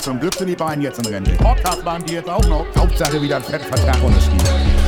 Zum Glück sind die beiden jetzt in Rente. Podcast waren die jetzt auch noch. Hauptsache wieder ein Fettvertrag unterschrieben.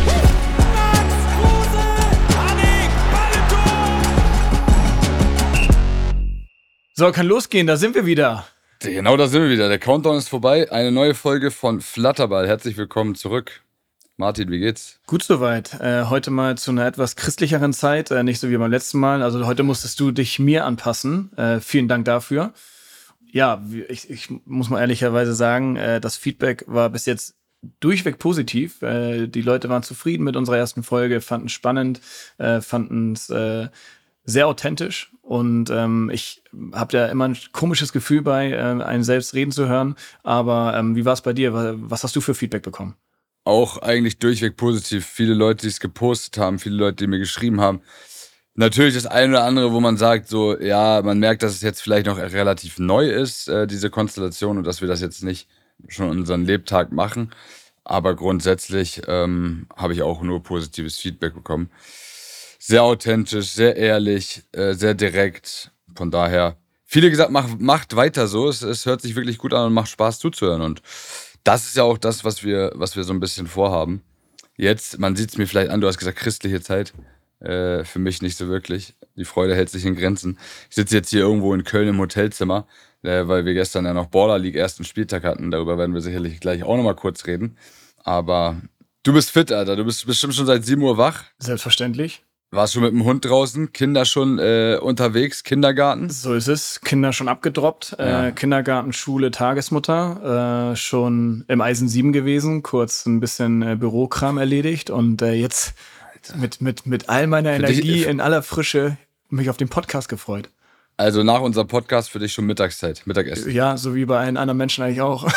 So, kann losgehen, da sind wir wieder. Genau, da sind wir wieder. Der Countdown ist vorbei. Eine neue Folge von Flatterball. Herzlich willkommen zurück. Martin, wie geht's? Gut soweit. Heute mal zu einer etwas christlicheren Zeit, nicht so wie beim letzten Mal. Also heute musstest du dich mir anpassen. Vielen Dank dafür. Ja, ich muss mal ehrlicherweise sagen, das Feedback war bis jetzt durchweg positiv. Die Leute waren zufrieden mit unserer ersten Folge, fanden es spannend, fanden es sehr authentisch. Und ich habe ja immer ein komisches Gefühl bei, einen selbst reden zu hören. Aber wie war es bei dir? Was hast du für Feedback bekommen? Auch eigentlich durchweg positiv. Viele Leute, die es gepostet haben, viele Leute, die mir geschrieben haben. Natürlich das eine oder andere, wo man sagt, so, ja, man merkt, dass es jetzt vielleicht noch relativ neu ist, diese Konstellation, und dass wir das jetzt nicht schon unseren Lebtag machen. Aber grundsätzlich habe ich auch nur positives Feedback bekommen. Sehr authentisch, sehr ehrlich, sehr direkt. Von daher, viele gesagt, macht weiter so. Es hört sich wirklich gut an und macht Spaß zuzuhören. Und das ist ja auch das, was wir so ein bisschen vorhaben. Jetzt, man sieht es mir vielleicht an, du hast gesagt, christliche Zeit. Für mich nicht so wirklich. Die Freude hält sich in Grenzen. Ich sitze jetzt hier irgendwo in Köln im Hotelzimmer, weil wir gestern ja noch Baller League ersten Spieltag hatten. Darüber werden wir sicherlich gleich auch nochmal kurz reden. Aber du bist fit, Alter. Du bist bestimmt schon seit 7 Uhr wach. Selbstverständlich. Warst schon mit dem Hund draußen, Kinder schon unterwegs, Kindergarten? So ist es. Kinder schon abgedroppt. Ja. Kindergarten, Schule, Tagesmutter. Schon im Eisen 7 gewesen. Kurz ein bisschen Bürokram erledigt. Und jetzt mit all meiner Energie in aller Frische mich auf den Podcast gefreut. Also nach unserem Podcast für dich schon Mittagszeit, Mittagessen. Ja, so wie bei allen anderen Menschen eigentlich auch.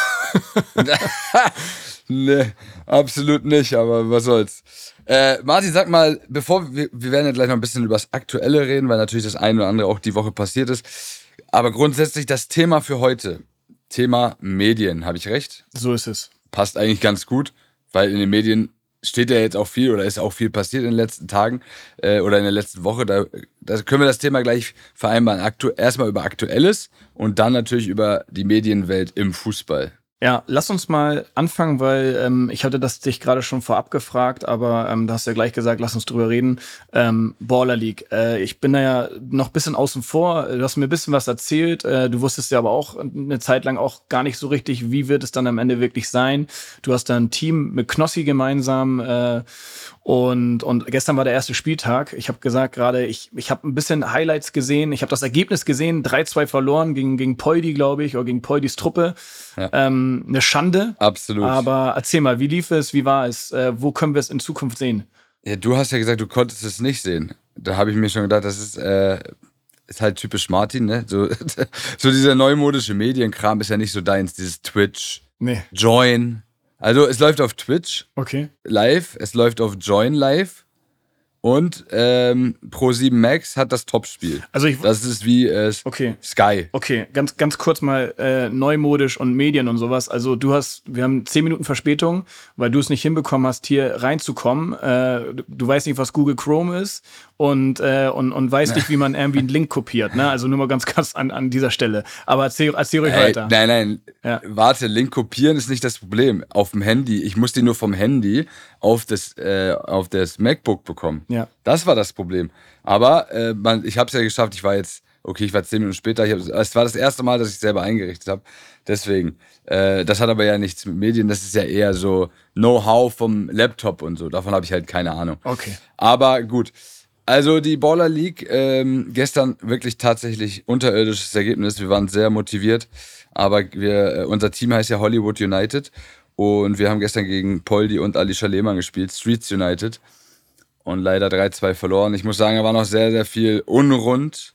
Nee, absolut nicht, aber was soll's. Martin, sag mal, bevor wir werden ja gleich noch ein bisschen über das Aktuelle reden, weil natürlich das eine oder andere auch die Woche passiert ist. Aber grundsätzlich das Thema für heute, Thema Medien, habe ich recht? So ist es. Passt eigentlich ganz gut, weil in den Medien steht ja jetzt auch viel oder ist auch viel passiert in den letzten Tagen oder in der letzten Woche. Da können wir das Thema gleich vereinbaren. Erstmal über Aktuelles und dann natürlich über die Medienwelt im Fußball. Ja, lass uns mal anfangen, weil ich hatte das dich gerade schon vorab gefragt, aber da hast du ja gleich gesagt, lass uns drüber reden. Baller League. Ich bin da ja noch ein bisschen außen vor. Du hast mir ein bisschen was erzählt. Du wusstest ja aber auch eine Zeit lang auch gar nicht so richtig, wie wird es dann am Ende wirklich sein. Du hast da ein Team mit Knossi gemeinsam und gestern war der erste Spieltag. Ich habe gesagt gerade, ich habe ein bisschen Highlights gesehen. Ich habe das Ergebnis gesehen, 3-2 verloren gegen Poldi, glaube ich, oder gegen Poldis Truppe. Ja. Eine Schande. Absolut. Aber erzähl mal, wie lief es, wie war es, wo können wir es in Zukunft sehen? Ja, du hast ja gesagt, du konntest es nicht sehen. Da habe ich mir schon gedacht, das ist halt typisch Martin, ne? So dieser neumodische Medienkram ist ja nicht so deins, dieses Twitch, Nee. Join. Also es läuft auf Twitch live, es läuft auf Join live und Pro7 Max hat das Topspiel. Also das ist wie Sky. Okay, ganz kurz mal neumodisch und Medien und sowas. Also wir haben 10 Minuten Verspätung, weil du es nicht hinbekommen hast, hier reinzukommen. Du weißt nicht, was Google Chrome ist und weißt nicht, wie man irgendwie einen Link kopiert. Ne? Also nur mal ganz kurz an dieser Stelle. Aber erzähl ruhig weiter. Nein. Ja. Warte, Link kopieren ist nicht das Problem. Auf dem Handy, ich muss die nur vom Handy auf das MacBook bekommen. Ja. Das war das Problem. Aber ich habe es ja geschafft. Ich war 10 Minuten später. Es war das erste Mal, dass ich selber eingerichtet habe. Deswegen. Das hat aber ja nichts mit Medien. Das ist ja eher so Know-how vom Laptop und so. Davon habe ich halt keine Ahnung. Okay. Aber gut. Also die Baller League, gestern wirklich tatsächlich unterirdisches Ergebnis. Wir waren sehr motiviert. Aber unser Team heißt ja Hollywood United. Und wir haben gestern gegen Poldi und Alicia Lehmann gespielt. Streets United. Und leider 3-2 verloren. Ich muss sagen, da war noch sehr, sehr viel unrund.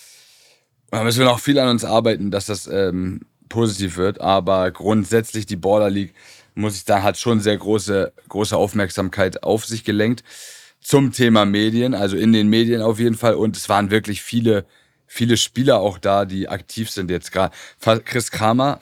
Da müssen wir noch viel an uns arbeiten, dass das positiv wird. Aber grundsätzlich die Baller League, muss ich sagen, hat schon sehr große Aufmerksamkeit auf sich gelenkt. Zum Thema Medien, also in den Medien auf jeden Fall. Und es waren wirklich viele Spieler auch da, die aktiv sind jetzt gerade. Chris Kramer,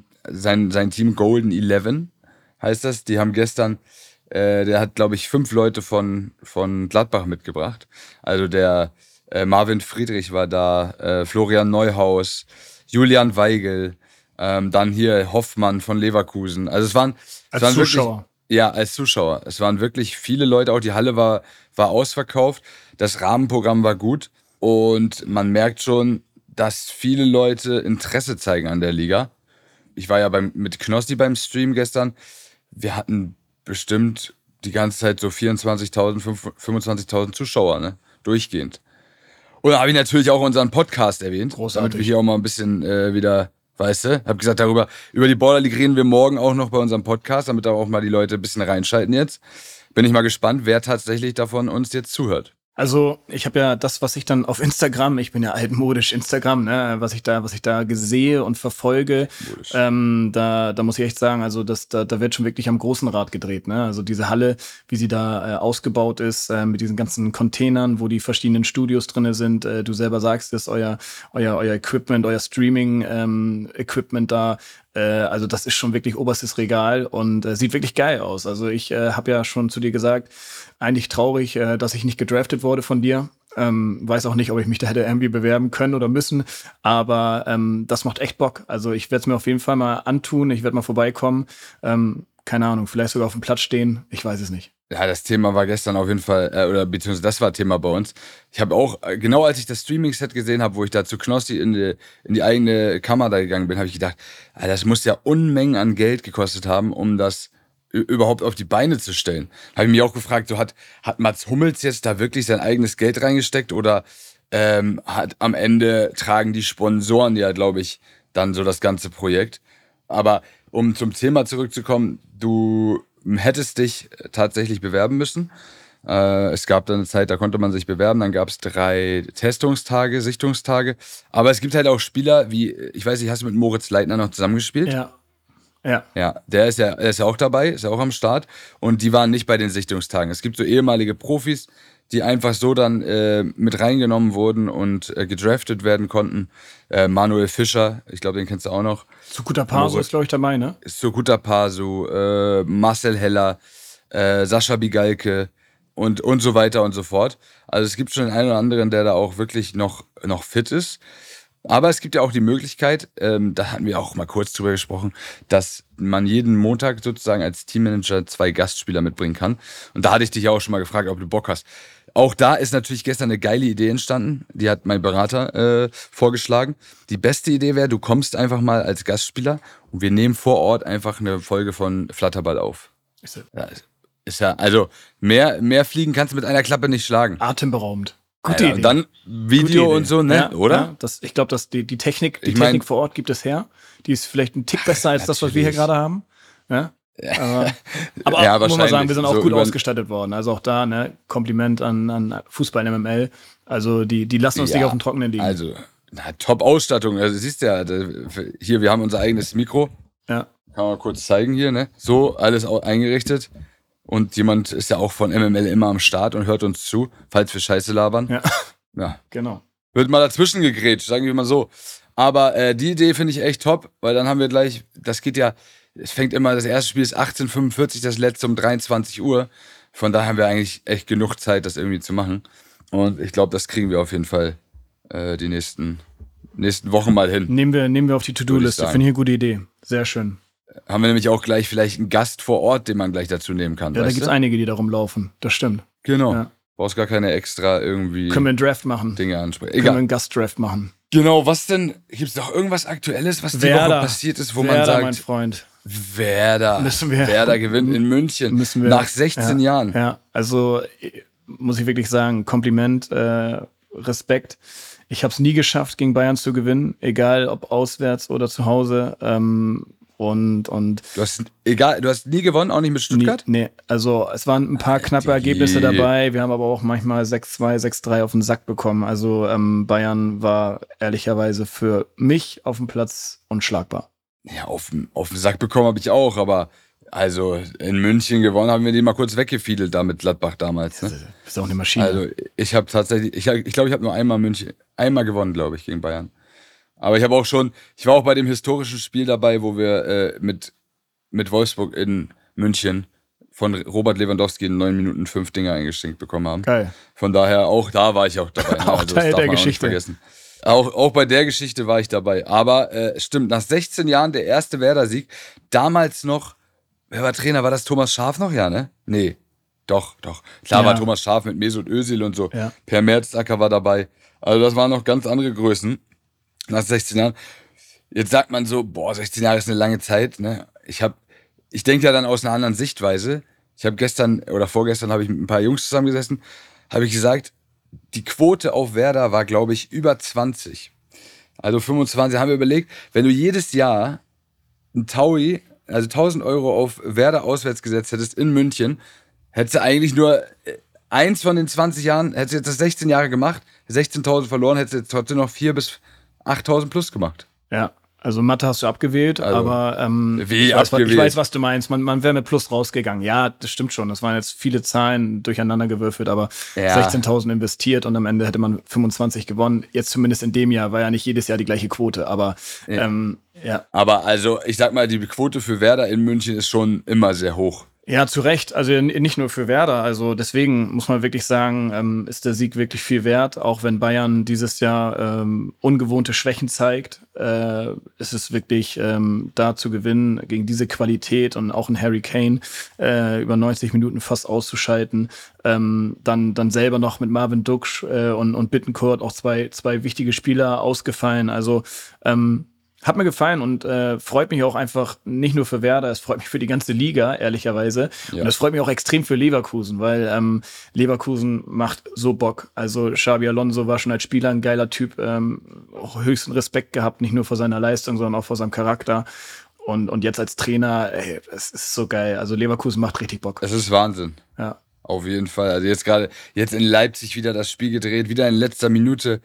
sein Team Golden 11 heißt das. Die haben gestern der hat, glaube ich, 5 Leute von Gladbach mitgebracht. Also der Marvin Friedrich war da, Florian Neuhaus, Julian Weigel, Dann hier Hoffmann von Leverkusen. Also es waren Zuschauer. Wirklich, ja, als Zuschauer. Es waren wirklich viele Leute, auch die Halle war ausverkauft. Das Rahmenprogramm war gut und man merkt schon, dass viele Leute Interesse zeigen an der Liga. Ich war ja mit Knossi beim Stream gestern. Wir hatten bestimmt die ganze Zeit so 24.000, 25.000 Zuschauer, ne? Durchgehend. Und da habe ich natürlich auch unseren Podcast erwähnt. Großartig. Damit wir hier auch mal ein bisschen wieder, weißt du, habe gesagt, über die Border League reden wir morgen auch noch bei unserem Podcast, damit da auch mal die Leute ein bisschen reinschalten jetzt. Bin ich mal gespannt, wer tatsächlich davon uns jetzt zuhört. Also ich habe ja das, was ich dann auf Instagram, ich bin ja altmodisch Instagram, ne, was ich da sehe und verfolge, da muss ich echt sagen, also da wird schon wirklich am großen Rad gedreht, ne? Also diese Halle, wie sie da ausgebaut ist, mit diesen ganzen Containern, wo die verschiedenen Studios drinne sind. Du selber sagst, dass euer Equipment, euer Streaming Equipment da. Also das ist schon wirklich oberstes Regal und sieht wirklich geil aus. Also ich habe ja schon zu dir gesagt, eigentlich traurig, dass ich nicht gedraftet wurde von dir. Weiß auch nicht, ob ich mich da hätte irgendwie bewerben können oder müssen, aber das macht echt Bock. Also ich werde es mir auf jeden Fall mal antun, ich werde mal vorbeikommen. Keine Ahnung, vielleicht sogar auf dem Platz stehen, ich weiß es nicht. Ja, das Thema war gestern auf jeden Fall, oder beziehungsweise das war Thema bei uns. Ich habe auch, genau als ich das Streaming-Set gesehen habe, wo ich da zu Knossi in die eigene Kammer da gegangen bin, habe ich gedacht, das muss ja Unmengen an Geld gekostet haben, um das überhaupt auf die Beine zu stellen. Habe ich mich auch gefragt, so hat Mats Hummels jetzt da wirklich sein eigenes Geld reingesteckt oder hat am Ende tragen die Sponsoren ja, glaube ich, dann so das ganze Projekt. Aber um zum Thema zurückzukommen, du hättest dich tatsächlich bewerben müssen. Es gab dann eine Zeit, da konnte man sich bewerben, dann gab es 3 Testungstage, Sichtungstage. Aber es gibt halt auch Spieler wie, ich weiß nicht, hast du mit Moritz Leitner noch zusammengespielt? Ja, der ist ja auch dabei, ist ja auch am Start. Und die waren nicht bei den Sichtungstagen. Es gibt so ehemalige Profis, die einfach so dann mit reingenommen wurden und gedraftet werden konnten. Manuel Fischer, ich glaube, den kennst du auch noch. Sukuta Pasu ist, glaube ich, dabei, ne? Sukuta Pasu, Marcel Heller, Sascha Bigalke und so weiter und so fort. Also es gibt schon den einen oder anderen, der da auch wirklich noch fit ist. Aber es gibt ja auch die Möglichkeit, da hatten wir auch mal kurz drüber gesprochen, dass man jeden Montag sozusagen als Teammanager 2 Gastspieler mitbringen kann. Und da hatte ich dich ja auch schon mal gefragt, ob du Bock hast. Auch da ist natürlich gestern eine geile Idee entstanden. Die hat mein Berater vorgeschlagen. Die beste Idee wäre, du kommst einfach mal als Gastspieler und wir nehmen vor Ort einfach eine Folge von Flatterball auf. Ist ja, also mehr Fliegen kannst du mit einer Klappe nicht schlagen. Atemberaubend. Gute Idee. Dann Video und so, ne? Ja, oder? Ja, ich glaube, dass die Technik vor Ort gibt es her. Die ist vielleicht ein Tick besser als das, was wir hier gerade haben. Ja? Aber ja, muss man sagen, wir sind auch so gut ausgestattet worden. Also auch da, ne, Kompliment an Fußball MML. Also die lassen uns nicht auf dem Trockenen liegen. Also, Top-Ausstattung. Also siehst du ja, hier, wir haben unser eigenes Mikro. Ja. Kann man kurz zeigen hier, ne? So, alles eingerichtet. Und jemand ist ja auch von MML immer am Start und hört uns zu, falls wir Scheiße labern. Ja. Genau. Wird mal dazwischen gegrätscht, sagen wir mal so. Aber die Idee finde ich echt top, weil dann haben wir gleich, das geht ja, es fängt immer, das erste Spiel ist 18:45, das letzte um 23 Uhr. Von daher haben wir eigentlich echt genug Zeit, das irgendwie zu machen. Und ich glaube, das kriegen wir auf jeden Fall die nächsten Wochen mal hin. Nehmen wir auf die To-Do-Liste. Finde ich eine gute Idee. Sehr schön. Haben wir nämlich auch gleich vielleicht einen Gast vor Ort, den man gleich dazu nehmen kann. Ja, da gibt es einige, die da rumlaufen. Das stimmt. Genau. Ja. Brauchst gar keine extra irgendwie Können wir einen Draft machen. Dinge ansprechen. Können wir einen Gastdraft machen. Genau, was denn? Gibt es noch irgendwas Aktuelles, was die Woche passiert ist, wo man sagt, mein Freund. Werder gewinnt in München nach 16 Jahren. Ja, also muss ich wirklich sagen, Kompliment, Respekt. Ich habe es nie geschafft, gegen Bayern zu gewinnen, egal ob auswärts oder zu Hause. Und du hast nie gewonnen, auch nicht mit Stuttgart? Nee, also es waren ein paar knappe Ergebnisse dabei. Wir haben aber auch manchmal 6-2, 6-3 auf den Sack bekommen. Also Bayern war ehrlicherweise für mich auf dem Platz unschlagbar. Ja, auf den Sack bekommen habe ich auch, aber also in München gewonnen haben wir die mal kurz weggefiedelt da mit Gladbach damals. Ne? Das ist auch eine Maschine. Also ich habe tatsächlich, ich glaube, ich habe nur einmal gewonnen, glaube ich, gegen Bayern. Aber ich war auch bei dem historischen Spiel dabei, wo wir mit Wolfsburg in München von Robert Lewandowski in 9 Minuten 5 Dinger eingeschenkt bekommen haben. Geil. Von daher, auch da war ich auch dabei. Auch Teil der Geschichte. Auch bei der Geschichte war ich dabei. Aber stimmt, nach 16 Jahren der erste Werder-Sieg. Damals noch, wer war Trainer? War das Thomas Schaaf noch? Ja, ne? Nee. Doch. Klar war Thomas Schaaf mit Mesut Özil und so. Ja. Per Mertesacker war dabei. Also das waren noch ganz andere Größen. Nach 16 Jahren. Jetzt sagt man so, 16 Jahre ist eine lange Zeit. Ne? Ich denke ja dann aus einer anderen Sichtweise. Ich habe gestern oder vorgestern habe ich mit ein paar Jungs zusammengesessen, habe ich gesagt, die Quote auf Werder war, glaube ich, über 20. Also 25 haben wir überlegt, wenn du jedes Jahr ein Taui, also 1.000 Euro auf Werder auswärts gesetzt hättest in München, hättest du eigentlich nur eins von den 20 Jahren, hättest du jetzt das 16 Jahre gemacht, 16.000 verloren, hättest du jetzt trotzdem noch 4.000 bis 8.000 plus gemacht. Ja. Also Mathe hast du abgewählt, also, aber ich weiß, was du meinst. Man wäre mit Plus rausgegangen. Ja, das stimmt schon. Das waren jetzt viele Zahlen durcheinander gewürfelt, aber 16.000 investiert und am Ende hätte man 25 gewonnen. Jetzt zumindest in dem Jahr war ja nicht jedes Jahr die gleiche Quote, aber ja. Aber also ich sag mal, die Quote für Werder in München ist schon immer sehr hoch. Ja, zu Recht. Also nicht nur für Werder. Also deswegen muss man wirklich sagen, ist der Sieg wirklich viel wert. Auch wenn Bayern dieses Jahr ungewohnte Schwächen zeigt, ist es wirklich da zu gewinnen gegen diese Qualität und auch ein Harry Kane über 90 Minuten fast auszuschalten. Dann selber noch mit Marvin Duksch und Bittencourt auch zwei wichtige Spieler ausgefallen. Also hat mir gefallen und freut mich auch einfach nicht nur für Werder, es freut mich für die ganze Liga, ehrlicherweise. Ja. Und es freut mich auch extrem für Leverkusen, weil Leverkusen macht so Bock. Also Xabi Alonso war schon als Spieler ein geiler Typ, auch höchsten Respekt gehabt, nicht nur vor seiner Leistung, sondern auch vor seinem Charakter. Und jetzt als Trainer, es ist so geil. Also Leverkusen macht richtig Bock. Es ist Wahnsinn. Ja. Auf jeden Fall. Also jetzt in Leipzig wieder das Spiel gedreht, wieder in letzter Minute.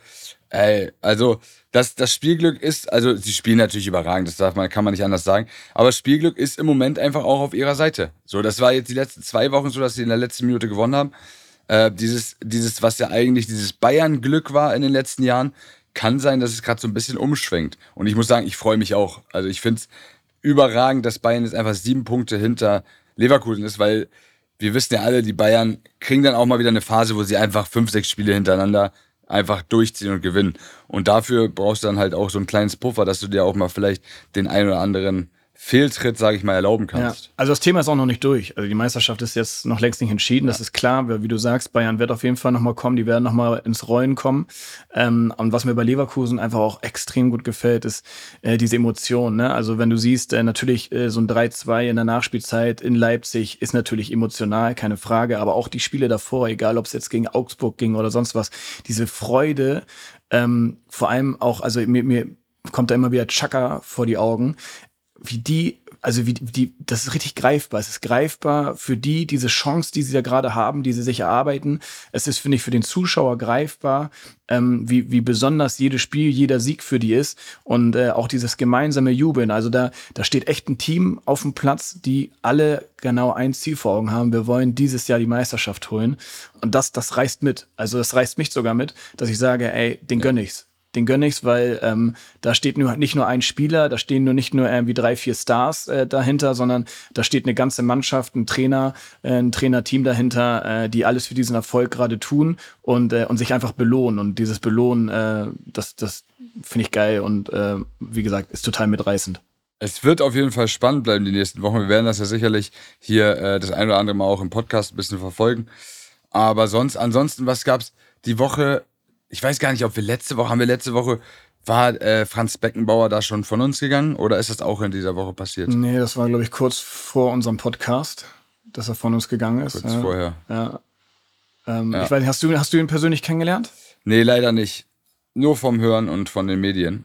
Also das Spielglück ist, also sie spielen natürlich überragend, kann man nicht anders sagen, aber Spielglück ist im Moment einfach auch auf ihrer Seite. So, das war jetzt die letzten 2 Wochen so, dass sie in der letzten Minute gewonnen haben. Dieses, was ja eigentlich dieses Bayern-Glück war in den letzten Jahren, kann sein, dass es gerade so ein bisschen umschwenkt. Und ich muss sagen, ich freue mich auch. Also ich finde es überragend, dass Bayern jetzt einfach 7 Punkte hinter Leverkusen ist, weil wir wissen ja alle, die Bayern kriegen dann auch mal wieder eine Phase, wo sie einfach 5, 6 Spiele hintereinander einfach durchziehen und gewinnen. Und dafür brauchst du dann halt auch so ein kleines Puffer, dass du dir auch mal vielleicht den einen oder anderen Fehltritt, sage ich mal, erlauben kannst. Ja, also das Thema ist auch noch nicht durch. Also die Meisterschaft ist jetzt noch längst nicht entschieden, das ist klar. Wie du sagst, Bayern wird auf jeden Fall nochmal kommen, die werden nochmal ins Rollen kommen. Und was mir bei Leverkusen einfach auch extrem gut gefällt, ist diese Emotion. Ne? Also wenn du siehst, natürlich so ein 3-2 in der Nachspielzeit in Leipzig ist natürlich emotional, keine Frage. Aber auch die Spiele davor, egal ob es jetzt gegen Augsburg ging oder sonst was, diese Freude, vor allem auch, also mir kommt da immer wieder Xhaka vor die Augen, wie das ist richtig greifbar. Es ist greifbar für diese Chance, die sie ja gerade haben, die sie sich erarbeiten. Es ist, finde ich, für den Zuschauer greifbar, wie besonders jedes Spiel, jeder Sieg für die ist und auch dieses gemeinsame Jubeln. Also da steht echt ein Team auf dem Platz, die alle genau ein Ziel vor Augen haben. Wir wollen dieses Jahr die Meisterschaft holen. Und das reißt mit. Also das reißt mich sogar mit, dass ich sage, den gönn ich's. Den gönn ich's, weil da steht nicht nur ein Spieler, da stehen nicht nur irgendwie 3, 4 Stars dahinter, sondern da steht eine ganze Mannschaft, ein Trainer, ein Trainerteam dahinter, die alles für diesen Erfolg gerade tun und sich einfach belohnen. Und dieses Belohnen, das finde ich geil und wie gesagt, ist total mitreißend. Es wird auf jeden Fall spannend bleiben die nächsten Wochen. Wir werden das ja sicherlich hier das ein oder andere Mal auch im Podcast ein bisschen verfolgen. Aber ansonsten, was gab's die Woche? Ich weiß gar nicht, ob wir letzte Woche, war Franz Beckenbauer da schon von uns gegangen oder ist das auch in dieser Woche passiert? Nee, das war, glaube ich, kurz vor unserem Podcast, dass er von uns gegangen ist. Kurz vorher. Ja. Ich weiß nicht, hast du ihn persönlich kennengelernt? Nee, leider nicht. Nur vom Hören und von den Medien.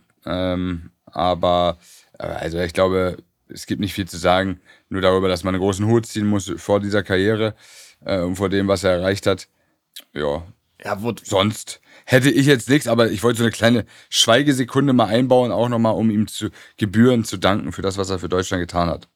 Aber also ich glaube, es gibt nicht viel zu sagen. Nur darüber, dass man einen großen Hut ziehen muss vor dieser Karriere und vor dem, was er erreicht hat. Ja, sonst hätte ich jetzt nichts, aber ich wollte so eine kleine Schweigesekunde mal einbauen, auch nochmal, um ihm zu gebühren zu danken für das, was er für Deutschland getan hat.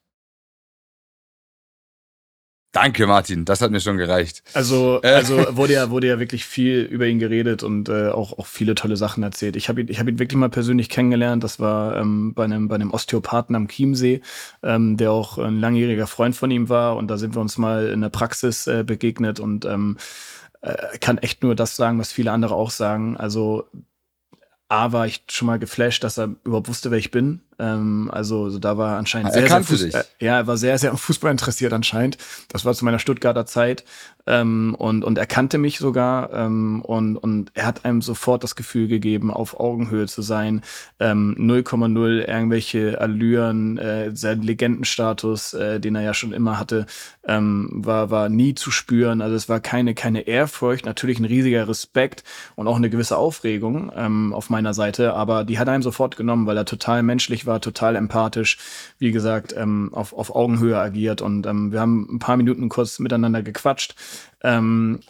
Danke, Martin, das hat mir schon gereicht. Also wurde ja wirklich viel über ihn geredet und auch viele tolle Sachen erzählt. Ich hab ihn wirklich mal persönlich kennengelernt. Das war bei einem Osteopathen am Chiemsee, der auch ein langjähriger Freund von ihm war. Und da sind wir uns mal in der Praxis begegnet und kann echt nur das sagen, was viele andere auch sagen. Also war ich schon mal geflasht, dass er überhaupt wusste, wer ich bin. Also da war anscheinend Er kannte dich. er war sehr, sehr am Fußball interessiert anscheinend. Das war zu meiner Stuttgarter Zeit. Und er kannte mich sogar. Und er hat einem sofort das Gefühl gegeben, auf Augenhöhe zu sein. 0,0 irgendwelche Allüren, sein Legendenstatus, den er ja schon immer hatte, war nie zu spüren. Also es war keine Ehrfurcht, natürlich ein riesiger Respekt und auch eine gewisse Aufregung auf meiner Seite, aber die hat einem sofort genommen, weil er total menschlich war, total empathisch, wie gesagt, auf Augenhöhe agiert und wir haben ein paar Minuten kurz miteinander gequatscht und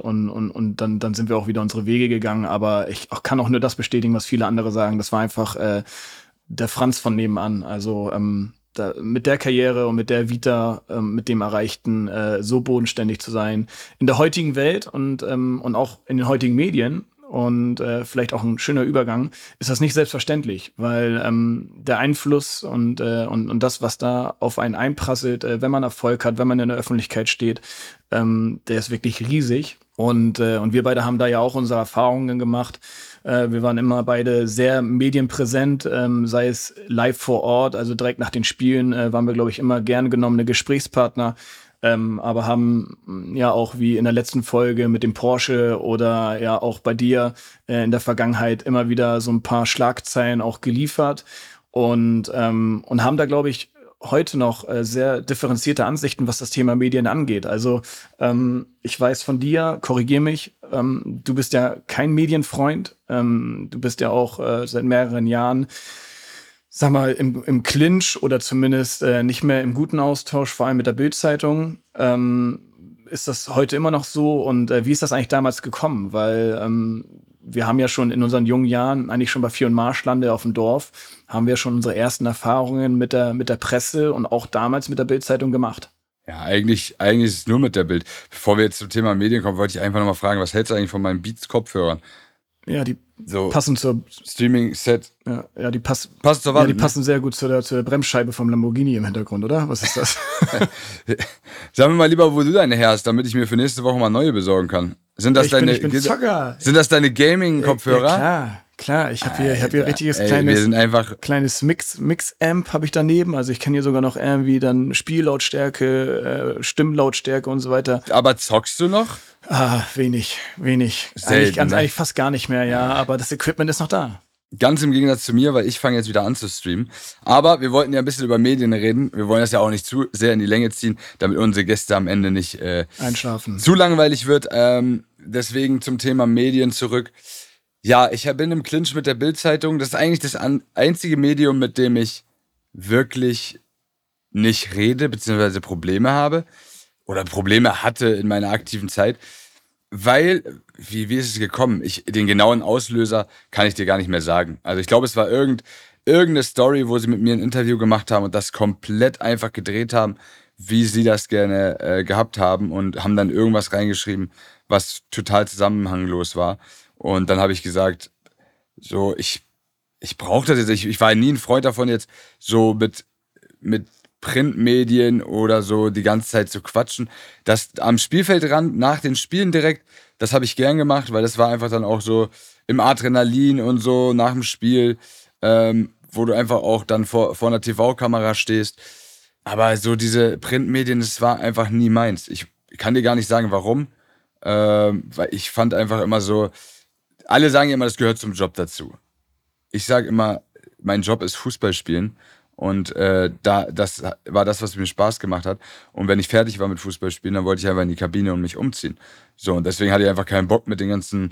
dann sind wir auch wieder unsere Wege gegangen, aber ich kann auch nur das bestätigen, was viele andere sagen. Das war einfach der Franz von nebenan, also mit der Karriere und mit der Vita, mit dem Erreichten, so bodenständig zu sein in der heutigen Welt und auch in den heutigen Medien. Und vielleicht auch ein schöner Übergang, ist das nicht selbstverständlich, weil der Einfluss und das, was da auf einen einprasselt, wenn man Erfolg hat, wenn man in der Öffentlichkeit steht, der ist wirklich riesig. Und wir beide haben da ja auch unsere Erfahrungen gemacht. Wir waren immer beide sehr medienpräsent, sei es live vor Ort, also direkt nach den Spielen waren wir, glaube ich, immer gern genommene Gesprächspartner. Aber haben ja auch wie in der letzten Folge mit dem Porsche oder ja auch bei dir in der Vergangenheit immer wieder so ein paar Schlagzeilen auch geliefert und haben da, glaube ich, heute noch sehr differenzierte Ansichten, was das Thema Medien angeht. Also ich weiß von dir, korrigier mich, du bist ja kein Medienfreund, du bist ja auch seit mehreren Jahren, sag mal, im Clinch oder zumindest nicht mehr im guten Austausch, vor allem mit der Bild-Zeitung. Ist das heute immer noch so? Und wie ist das eigentlich damals gekommen? Weil wir haben ja schon in unseren jungen Jahren, eigentlich schon bei Vier- und Marschlande auf dem Dorf, haben wir schon unsere ersten Erfahrungen mit der Presse und auch damals mit der Bild-Zeitung gemacht. Ja, eigentlich ist es nur mit der Bild. Bevor wir jetzt zum Thema Medien kommen, wollte ich einfach nochmal fragen, was hältst du eigentlich von meinen Beats-Kopfhörern? Ja, die So passen zur Streaming-Set. Ja, die Passt zur Wand, die passen sehr gut zur Bremsscheibe vom Lamborghini im Hintergrund, oder? Was ist das? Sag mir mal lieber, wo du deine her hast, damit ich mir für nächste Woche mal neue besorgen kann. Sind das ich bin Zocker. Sind das deine Gaming-Kopfhörer? Ja, klar. Ich habe hier richtiges wir sind einfach kleines Mix-Amp habe ich daneben. Also ich kann hier sogar noch irgendwie dann Spiellautstärke, Stimmlautstärke und so weiter. Aber zockst du noch? Wenig. Selten, Eigentlich fast gar nicht mehr, ja. Aber das Equipment ist noch da. Ganz im Gegensatz zu mir, weil ich fange jetzt wieder an zu streamen. Aber wir wollten ja ein bisschen über Medien reden. Wir wollen das ja auch nicht zu sehr in die Länge ziehen, damit unsere Gäste am Ende nicht einschlafen. Zu langweilig wird. Deswegen zum Thema Medien zurück. Ja, ich bin im Clinch mit der Bild-Zeitung. Das ist eigentlich das einzige Medium, mit dem ich wirklich nicht rede, beziehungsweise Probleme habe. Oder Probleme hatte in meiner aktiven Zeit. Weil, wie ist es gekommen? Den genauen Auslöser kann ich dir gar nicht mehr sagen. Also ich glaube, es war irgendeine Story, wo sie mit mir ein Interview gemacht haben und das komplett einfach gedreht haben, wie sie das gerne gehabt haben und haben dann irgendwas reingeschrieben, was total zusammenhanglos war. Und dann habe ich gesagt, so, ich brauche das jetzt. Ich war nie ein Freund davon, jetzt so mit Printmedien oder so die ganze Zeit zu quatschen. Das am Spielfeldrand nach den Spielen direkt, das habe ich gern gemacht, weil das war einfach dann auch so im Adrenalin und so nach dem Spiel, wo du einfach auch dann vor einer TV-Kamera stehst. Aber so diese Printmedien, das war einfach nie meins. Ich kann dir gar nicht sagen, warum. Weil ich fand einfach immer so, alle sagen immer, das gehört zum Job dazu. Ich sage immer, mein Job ist Fußball spielen. Und das war das, was mir Spaß gemacht hat. Und wenn ich fertig war mit Fußballspielen, dann wollte ich einfach in die Kabine und mich umziehen. So, und deswegen hatte ich einfach keinen Bock, mit den ganzen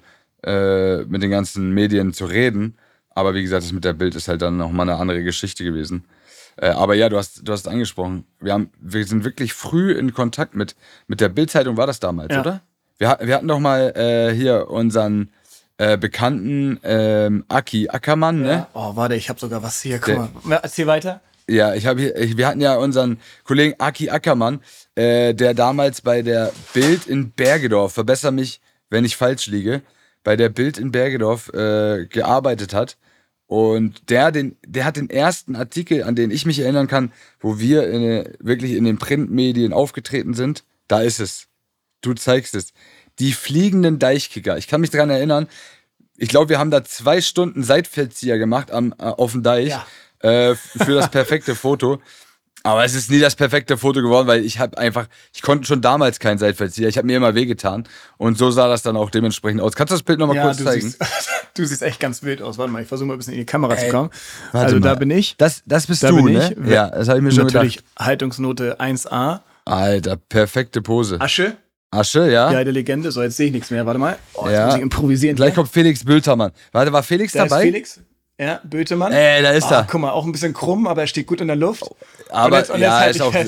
Medien zu reden. Aber wie gesagt, das mit der Bild ist halt dann nochmal eine andere Geschichte gewesen. Aber ja, du hast es angesprochen. Wir sind wirklich früh in Kontakt mit der Bild-Zeitung, war das damals, ja, oder? Wir hatten doch mal hier unseren Bekannten Aki Ackermann, ne? Ja. Oh, warte, ich habe sogar was hier. Guck mal. Erzähl weiter. Ja, wir hatten ja unseren Kollegen Aki Ackermann, der damals bei der Bild in Bergedorf, verbessere mich, wenn ich falsch liege, bei der Bild in Bergedorf gearbeitet hat. Und der hat den ersten Artikel, an den ich mich erinnern kann, wo wir wirklich in den Printmedien aufgetreten sind. Da ist es. Du zeigst es. Die fliegenden Deichkicker. Ich kann mich daran erinnern, Ich glaube, wir haben da 2 Stunden Seitfeldzieher gemacht auf dem Deich für das perfekte Foto. Aber es ist nie das perfekte Foto geworden, weil ich konnte schon damals keinen Seitfeldzieher. Ich habe mir immer wehgetan. Und so sah das dann auch dementsprechend aus. Kannst du das Bild nochmal kurz zeigen? Du siehst echt ganz wild aus. Warte mal, ich versuche mal ein bisschen in die Kamera zu kommen. Also da bin ich. Das bist du, ne? Ja, das habe ich mir schon gedacht. Natürlich Haltungsnote 1A. Alter, perfekte Pose. Asche, ja. Ja, der Legende. So, jetzt sehe ich nichts mehr. Warte mal. Oh, jetzt Ja. muss ich improvisieren. Gleich kommt Felix Bültermann. Warte, war Felix da dabei? ist Felix. Ja, Bötemann. Da ist er. Guck mal, auch ein bisschen krumm, aber er steht gut in der Luft. Aber und jetzt halt ist auch.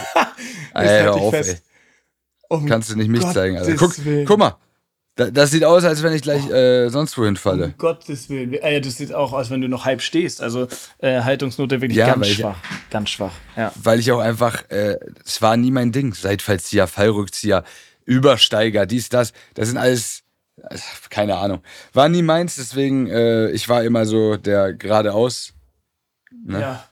Hör auf, ey. Kannst du nicht mich zeigen, Alter. Guck mal. Das sieht aus, als wenn ich gleich sonst wohin falle. Um Gottes Willen. Das sieht auch aus, wenn du noch halb stehst. Also Haltungsnote wirklich ganz schwach. Ganz schwach. Ja. Weil ich auch einfach, es war nie mein Ding. Seitfallzieher, Fallrückzieher, Übersteiger, dies, das. Das sind alles, keine Ahnung. War nie meins, deswegen, ich war immer so der geradeaus. Ne? Ja.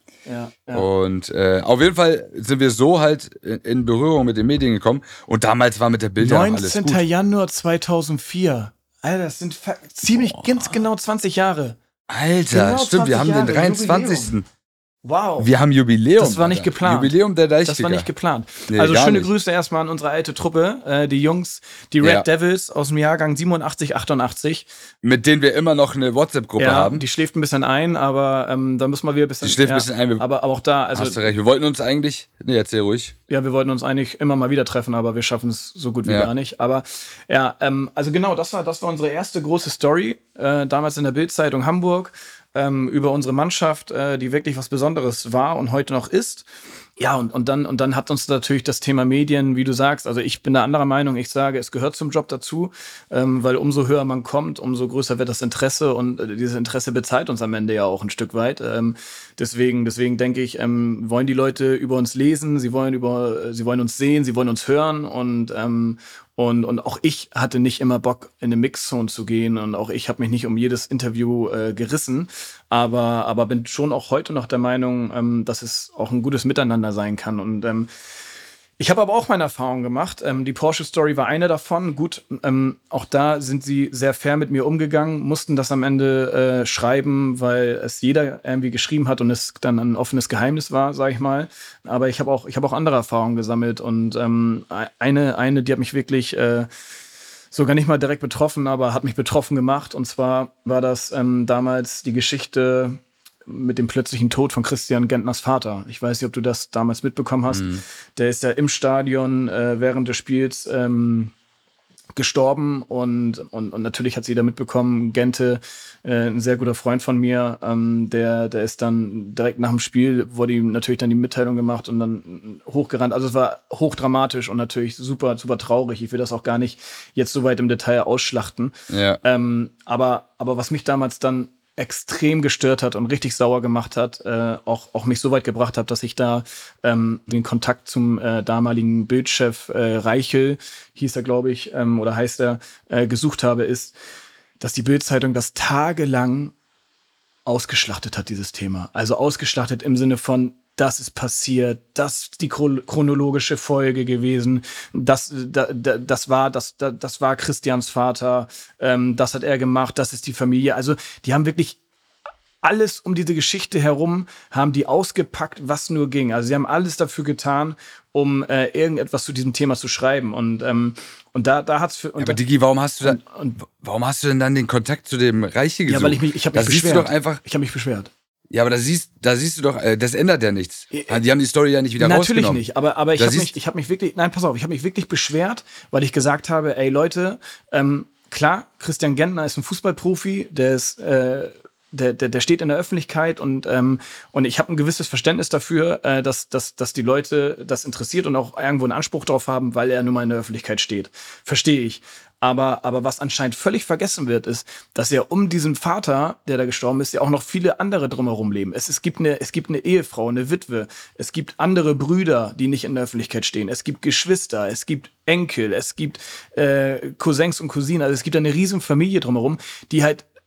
Und auf jeden Fall sind wir so halt in Berührung mit den Medien gekommen. Und damals war mit der Bilder alles gut. 19. Januar 2004. Alter, das sind ganz genau 20 Jahre. Alter, genau stimmt, wir haben den 23. Jubiläum. Wow. Wir haben Jubiläum. Das war nicht geplant. Jubiläum der Deichkicker. Das war nicht geplant. Nee, also schöne nicht. Grüße erstmal an unsere alte Truppe, die Jungs, die Red Devils aus dem Jahrgang 87, 88. Mit denen wir immer noch eine WhatsApp-Gruppe haben. Die schläft ein bisschen ein, aber da müssen wir wieder ein bisschen... Die schläft ein bisschen ein. Aber auch da... Also, hast du recht. Wir wollten uns eigentlich... Nee, erzähl ruhig. Ja, wir wollten uns eigentlich immer mal wieder treffen, aber wir schaffen es so gut wie gar nicht. Aber ja, also genau, das war unsere erste große Story, damals in der Bild-Zeitung Hamburg. Über unsere Mannschaft, die wirklich was Besonderes war und heute noch ist. Ja, und dann hat uns natürlich das Thema Medien, wie du sagst, also ich bin da anderer Meinung, ich sage, es gehört zum Job dazu, weil umso höher man kommt, umso größer wird das Interesse und dieses Interesse bezahlt uns am Ende ja auch ein Stück weit. Deswegen denke ich, wollen die Leute über uns lesen, sie wollen uns sehen, sie wollen uns hören und auch ich hatte nicht immer Bock, in eine Mixzone zu gehen und auch ich habe mich nicht um jedes Interview gerissen, aber bin schon auch heute noch der Meinung, dass es auch ein gutes Miteinander sein kann. Und ich habe aber auch meine Erfahrungen gemacht. Die Porsche-Story war eine davon. Gut, auch da sind sie sehr fair mit mir umgegangen, mussten das am Ende schreiben, weil es jeder irgendwie geschrieben hat und es dann ein offenes Geheimnis war, sag ich mal. Aber ich habe auch andere Erfahrungen gesammelt und eine, die hat mich wirklich sogar nicht mal direkt betroffen, aber hat mich betroffen gemacht. Und zwar war das damals die Geschichte mit dem plötzlichen Tod von Christian Gentners Vater. Ich weiß nicht, ob du das damals mitbekommen hast. Der ist ja im Stadion während des Spiels gestorben und natürlich hat es jeder mitbekommen. Gente, ein sehr guter Freund von mir, der ist dann direkt nach dem Spiel, wurde ihm natürlich dann die Mitteilung gemacht und dann hochgerannt. Also es war hochdramatisch und natürlich super, super traurig. Ich will das auch gar nicht jetzt so weit im Detail ausschlachten. Ja. Aber was mich damals dann extrem gestört hat und richtig sauer gemacht hat, auch mich so weit gebracht hat, dass ich da den Kontakt zum damaligen Bildchef Reichel, hieß er, glaube ich, oder heißt er, gesucht habe, ist, dass die Bild-Zeitung das tagelang ausgeschlachtet hat, dieses Thema. Also ausgeschlachtet im Sinne von, das ist passiert, das ist die chronologische Folge gewesen, das war Christians Vater, das hat er gemacht, das ist die Familie. Also die haben wirklich alles um diese Geschichte herum, haben die ausgepackt, was nur ging. Also sie haben alles dafür getan, um irgendetwas zu diesem Thema zu schreiben. Und da hat's für. Aber Digi, warum hast du denn dann den Kontakt zu dem Reiche gesucht? Ja, weil ich habe mich beschwert. Ich habe mich beschwert. Ja, aber da siehst du doch, das ändert ja nichts. Die haben die Story ja nicht wieder rausgenommen. Natürlich nicht, aber ich habe mich wirklich, nein, pass auf, ich habe mich wirklich beschwert, weil ich gesagt habe, ey Leute, klar, Christian Gentner ist ein Fußballprofi, der ist, der steht in der Öffentlichkeit und ich habe ein gewisses Verständnis dafür, dass die Leute das interessiert und auch irgendwo einen Anspruch drauf haben, weil er nun mal in der Öffentlichkeit steht. Verstehe ich. Aber was anscheinend völlig vergessen wird, ist, dass ja um diesen Vater, der da gestorben ist, ja auch noch viele andere drumherum leben. Es gibt eine Ehefrau, eine Witwe. Es gibt andere Brüder, die nicht in der Öffentlichkeit stehen. Es gibt Geschwister, es gibt Enkel, es gibt Cousins und Cousinen. Also es gibt eine riesen Familie drumherum, die halt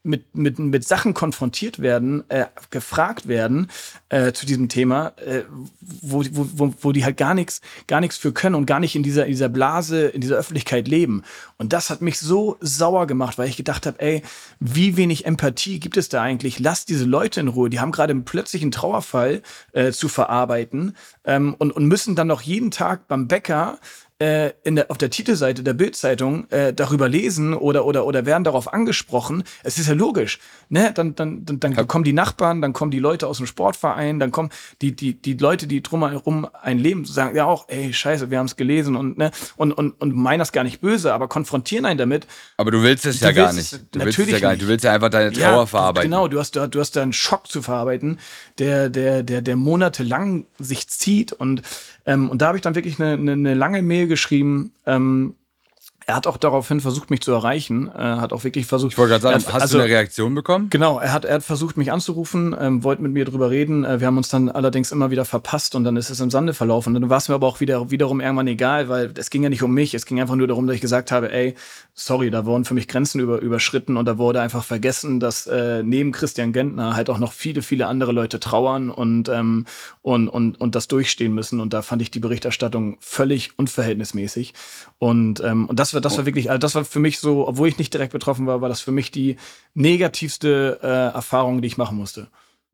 mit Sachen konfrontiert werden, gefragt werden zu diesem Thema, wo die halt gar nichts für können und gar nicht in dieser Blase, in dieser Öffentlichkeit leben. Und das hat mich so sauer gemacht, weil ich gedacht habe, ey, wie wenig Empathie gibt es da eigentlich? Lass diese Leute in Ruhe. Die haben gerade einen plötzlichen Trauerfall zu verarbeiten und müssen dann noch jeden Tag beim Bäcker auf der Titelseite der Bild-Zeitung darüber lesen oder werden darauf angesprochen. Es ist ja logisch, ne? Dann kommen die Nachbarn, dann kommen die Leute aus dem Sportverein, dann kommen die Leute, die drumherum ein Leben, sagen ja auch, ey, scheiße, wir haben es gelesen und meinen das gar nicht böse, aber konfrontieren einen damit. Aber du willst es ja gar nicht. Du willst es ja gar nicht. Du willst ja einfach deine Trauer verarbeiten. Genau, du hast da einen Schock zu verarbeiten, der monatelang sich zieht und da habe ich dann wirklich eine lange Mail geschrieben. Er hat auch daraufhin versucht, mich zu erreichen. Hat auch wirklich versucht. Ich wollte gerade sagen, hast du eine Reaktion bekommen? Genau, er hat versucht, mich anzurufen, wollte mit mir drüber reden. Wir haben uns dann allerdings immer wieder verpasst und dann ist es im Sande verlaufen. Und dann war es mir aber auch wiederum irgendwann egal, weil es ging ja nicht um mich. Es ging einfach nur darum, dass ich gesagt habe, ey, sorry, da wurden für mich Grenzen überschritten und da wurde einfach vergessen, dass neben Christian Gentner halt auch noch viele, viele andere Leute trauern und das durchstehen müssen. Und da fand ich die Berichterstattung völlig unverhältnismäßig. Und das war wirklich, also das war für mich so, obwohl ich nicht direkt betroffen war, war das für mich die negativste Erfahrung, die ich machen musste.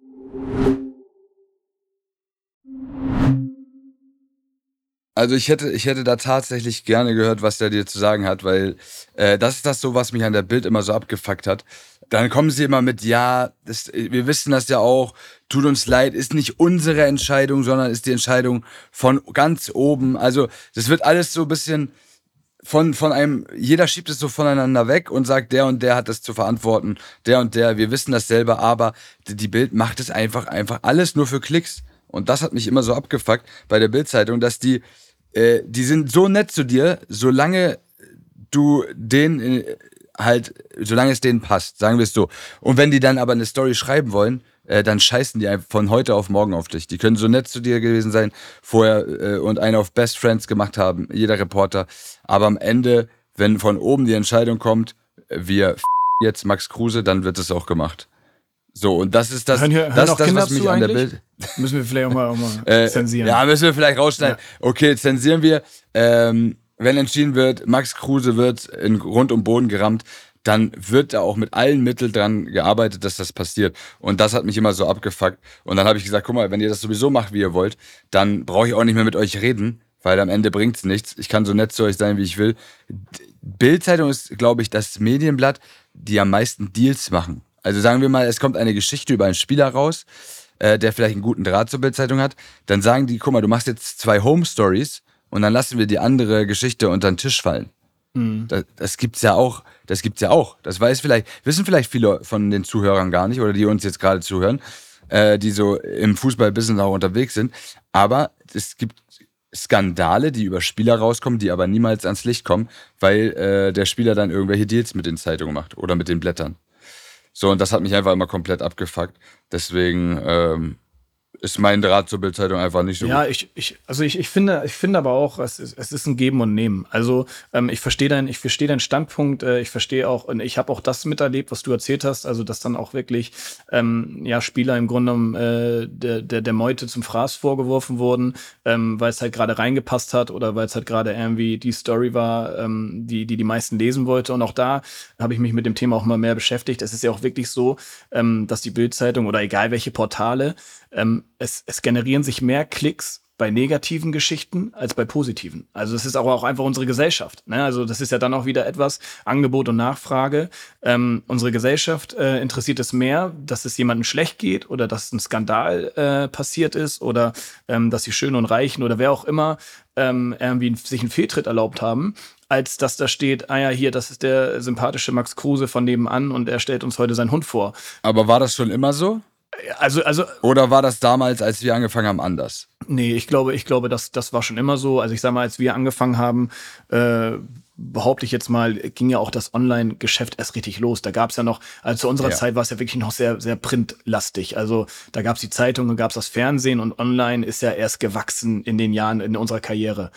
Also ich hätte da tatsächlich gerne gehört, was der dir zu sagen hat, weil das ist das so, was mich an der Bild immer so abgefuckt hat. Dann kommen sie immer mit, ja, wir wissen das ja auch, tut uns leid, ist nicht unsere Entscheidung, sondern ist die Entscheidung von ganz oben. Also das wird alles so ein bisschen von einem, jeder schiebt es so voneinander weg und sagt, der und der hat das zu verantworten, der und der, wir wissen das selber, aber die Bild macht es einfach alles nur für Klicks. Und das hat mich immer so abgefuckt bei der Bild-Zeitung, dass die sind so nett zu dir, solange du denen solange es denen passt, sagen wir es so. Und wenn die dann aber eine Story schreiben wollen, dann scheißen die einfach von heute auf morgen auf dich. Die können so nett zu dir gewesen sein vorher und einen auf Best Friends gemacht haben, jeder Reporter. Aber am Ende, wenn von oben die Entscheidung kommt, wir jetzt Max Kruse, dann wird es auch gemacht. So, und das ist das, hören das Kinder was mich zu an der eigentlich? Bild... Müssen wir vielleicht auch mal zensieren. Ja, müssen wir vielleicht rausschneiden. Ja. Okay, zensieren wir. Wenn entschieden wird, Max Kruse wird in Grund und Boden gerammt, dann wird da auch mit allen Mitteln dran gearbeitet, dass das passiert. Und das hat mich immer so abgefuckt. Und dann habe ich gesagt, guck mal, wenn ihr das sowieso macht, wie ihr wollt, dann brauche ich auch nicht mehr mit euch reden, weil am Ende bringt's nichts. Ich kann so nett zu euch sein, wie ich will. Bild-Zeitung ist, glaube ich, das Medienblatt, die am meisten Deals machen. Also sagen wir mal, es kommt eine Geschichte über einen Spieler raus, der vielleicht einen guten Draht zur Bild-Zeitung hat. Dann sagen die, guck mal, du machst jetzt 2 Home-Stories und dann lassen wir die andere Geschichte unter den Tisch fallen. Das gibt's ja auch. Das wissen vielleicht viele von den Zuhörern gar nicht oder die uns jetzt gerade zuhören, die so im Fußball-Business auch unterwegs sind. Aber es gibt Skandale, die über Spieler rauskommen, die aber niemals ans Licht kommen, weil der Spieler dann irgendwelche Deals mit den Zeitungen macht oder mit den Blättern. So, und das hat mich einfach immer komplett abgefuckt. Deswegen ist mein Draht zur Bild-Zeitung einfach nicht so gut. Ja, ich finde aber auch, es ist ein Geben und Nehmen. Also ich verstehe deinen Standpunkt, ich verstehe auch, und ich habe auch das miterlebt, was du erzählt hast, also dass dann auch wirklich Spieler im Grunde genommen der Meute zum Fraß vorgeworfen wurden, weil es halt gerade reingepasst hat oder weil es halt gerade irgendwie die Story war, die meisten lesen wollte. Und auch da habe ich mich mit dem Thema auch mal mehr beschäftigt. Es ist ja auch wirklich so, dass die Bild-Zeitung oder egal welche Portale, es generieren sich mehr Klicks bei negativen Geschichten als bei positiven. Also es ist auch einfach unsere Gesellschaft. Ne? Also das ist ja dann auch wieder etwas, Angebot und Nachfrage. Unsere Gesellschaft interessiert es mehr, dass es jemandem schlecht geht oder dass ein Skandal passiert ist oder dass die Schönen und Reichen oder wer auch immer irgendwie sich einen Fehltritt erlaubt haben, als dass da steht, hier, das ist der sympathische Max Kruse von nebenan und er stellt uns heute seinen Hund vor. Aber war das schon immer so? Also oder war das damals, als wir angefangen haben, anders? Nee, ich glaube, das war schon immer so. Also ich sag mal, als wir angefangen haben, behaupte ich jetzt mal, ging ja auch das Online-Geschäft erst richtig los. Da gab es ja noch, also zu unserer Zeit war es ja wirklich noch sehr, sehr printlastig. Also da gab es die Zeitung und gab es das Fernsehen und online ist ja erst gewachsen in den Jahren in unserer Karriere.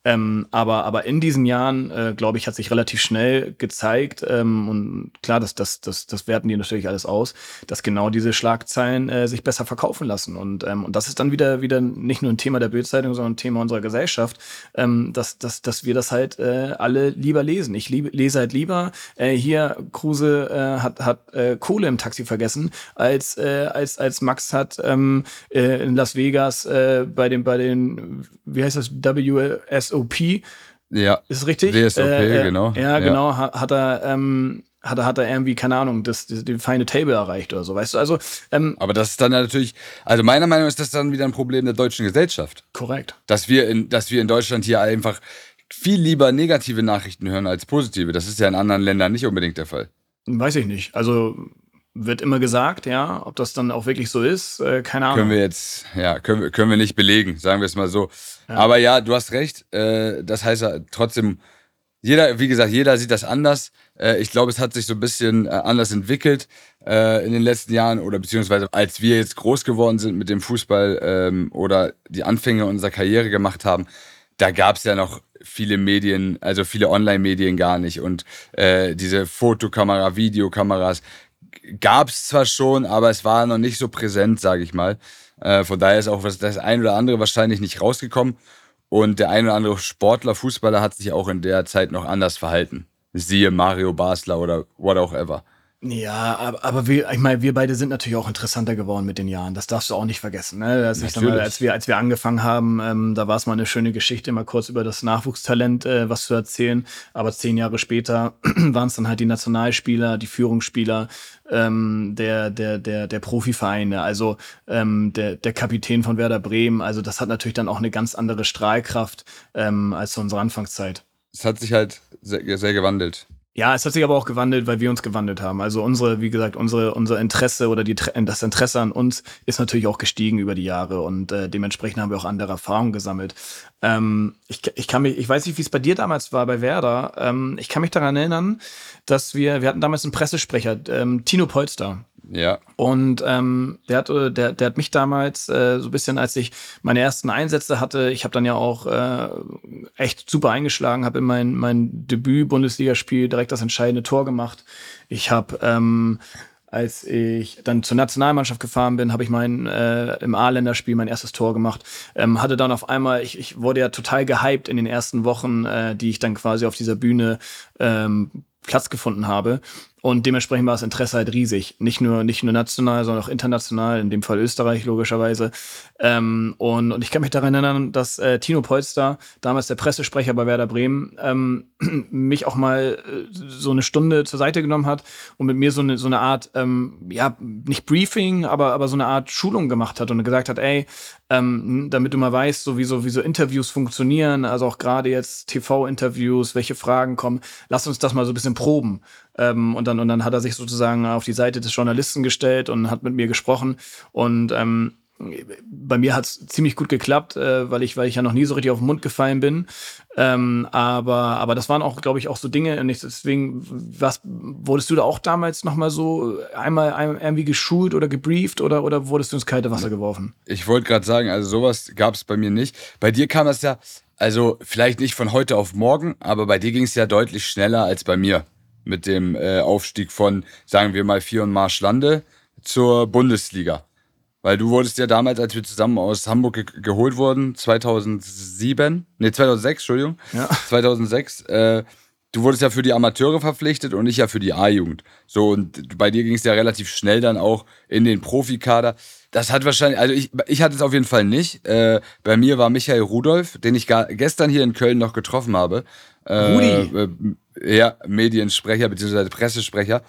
Aber in diesen Jahren, glaube ich, hat sich relativ schnell gezeigt, und klar, das werten die natürlich alles aus, dass genau diese Schlagzeilen sich besser verkaufen lassen. Und das ist dann wieder nicht nur ein Thema der Bild-Zeitung, sondern ein Thema unserer Gesellschaft, dass wir das halt alle lieber lesen. Ich lese halt lieber, hier Kruse hat Kohle im Taxi vergessen, als Max hat in Las Vegas bei den, wie heißt das, WSOP, Ja. ist richtig? WSOP, genau. Ja, genau, hat er irgendwie, keine Ahnung, den Final Table erreicht oder so, weißt du? Also, Aber das ist dann natürlich, also meiner Meinung nach ist das dann wieder ein Problem der deutschen Gesellschaft. korrekt. Dass wir in Deutschland hier einfach viel lieber negative Nachrichten hören als positive. Das ist ja in anderen Ländern nicht unbedingt der Fall. Weiß ich nicht. Also, wird immer gesagt, ja, ob das dann auch wirklich so ist, keine Ahnung. Können wir nicht belegen, sagen wir es mal so. Ja. Aber ja, du hast recht. Das heißt ja trotzdem, jeder sieht das anders. Ich glaube, es hat sich so ein bisschen anders entwickelt in den letzten Jahren oder beziehungsweise als wir jetzt groß geworden sind mit dem Fußball oder die Anfänge unserer Karriere gemacht haben, da gab es ja noch viele Medien, also viele Online-Medien gar nicht und diese Fotokamera, Videokameras gab es zwar schon, aber es war noch nicht so präsent, sage ich mal. Von daher ist auch das ein oder andere wahrscheinlich nicht rausgekommen. Und der ein oder andere Sportler, Fußballer hat sich auch in der Zeit noch anders verhalten. Siehe Mario Basler oder what auch ever. Ja, aber wir beide sind natürlich auch interessanter geworden mit den Jahren. Das darfst du auch nicht vergessen. Ne? Also ich sag mal, als wir angefangen haben, da war es mal eine schöne Geschichte, mal kurz über das Nachwuchstalent was zu erzählen. Aber 10 Jahre später waren es dann halt die Nationalspieler, die Führungsspieler der Profivereine, also der Kapitän von Werder Bremen. Also das hat natürlich dann auch eine ganz andere Strahlkraft als zu unserer Anfangszeit. Es hat sich halt sehr, sehr gewandelt. Ja, es hat sich aber auch gewandelt, weil wir uns gewandelt haben. Also unser Interesse oder das Interesse an uns ist natürlich auch gestiegen über die Jahre und dementsprechend haben wir auch andere Erfahrungen gesammelt. Ich weiß nicht, wie es bei dir damals war bei Werder. Ich kann mich daran erinnern, dass wir hatten damals einen Pressesprecher, Tino Polster. Ja. Und der hat mich damals so ein bisschen, als ich meine ersten Einsätze hatte, ich habe dann ja auch echt super eingeschlagen, habe in mein Debüt-Bundesligaspiel direkt das entscheidende Tor gemacht. Ich habe, als ich dann zur Nationalmannschaft gefahren bin, habe ich im A-Länderspiel mein erstes Tor gemacht. Hatte dann auf einmal, ich wurde ja total gehypt in den ersten Wochen, die ich dann quasi auf dieser Bühne Platz gefunden habe. Und dementsprechend war das Interesse halt riesig. Nicht nur national, sondern auch international, in dem Fall Österreich logischerweise. Und ich kann mich daran erinnern, dass Tino Polster, damals der Pressesprecher bei Werder Bremen, mich auch mal so eine Stunde zur Seite genommen hat und mit mir so eine Art, nicht Briefing, aber so eine Art Schulung gemacht hat und gesagt hat, ey, damit du mal weißt, so wie so Interviews funktionieren, also auch gerade jetzt TV-Interviews, welche Fragen kommen, lass uns das mal so ein bisschen proben. Und dann hat er sich sozusagen auf die Seite des Journalisten gestellt und hat mit mir gesprochen. Und bei mir hat es ziemlich gut geklappt, weil ich ja noch nie so richtig auf den Mund gefallen bin. Aber das waren auch, glaube ich, auch so Dinge. Und deswegen, wurdest du da auch damals nochmal so einmal irgendwie geschult oder gebrieft oder wurdest du ins kalte Wasser geworfen? Ich wollte gerade sagen, also sowas gab es bei mir nicht. Bei dir kam das ja, also vielleicht nicht von heute auf morgen, aber bei dir ging es ja deutlich schneller als bei mir. Mit dem Aufstieg von, sagen wir mal, Vier- und Marschlande zur Bundesliga. Weil du wurdest ja damals, als wir zusammen aus Hamburg geholt wurden, 2006, Entschuldigung, ja. 2006, du wurdest ja für die Amateure verpflichtet und ich ja für die A-Jugend. So, und bei dir ging es ja relativ schnell dann auch in den Profikader. Das hat wahrscheinlich, also ich hatte es auf jeden Fall nicht. Bei mir war Michael Rudolph, den ich gestern hier in Köln noch getroffen habe. Rudi. Ja, Mediensprecher bzw. Pressesprecher.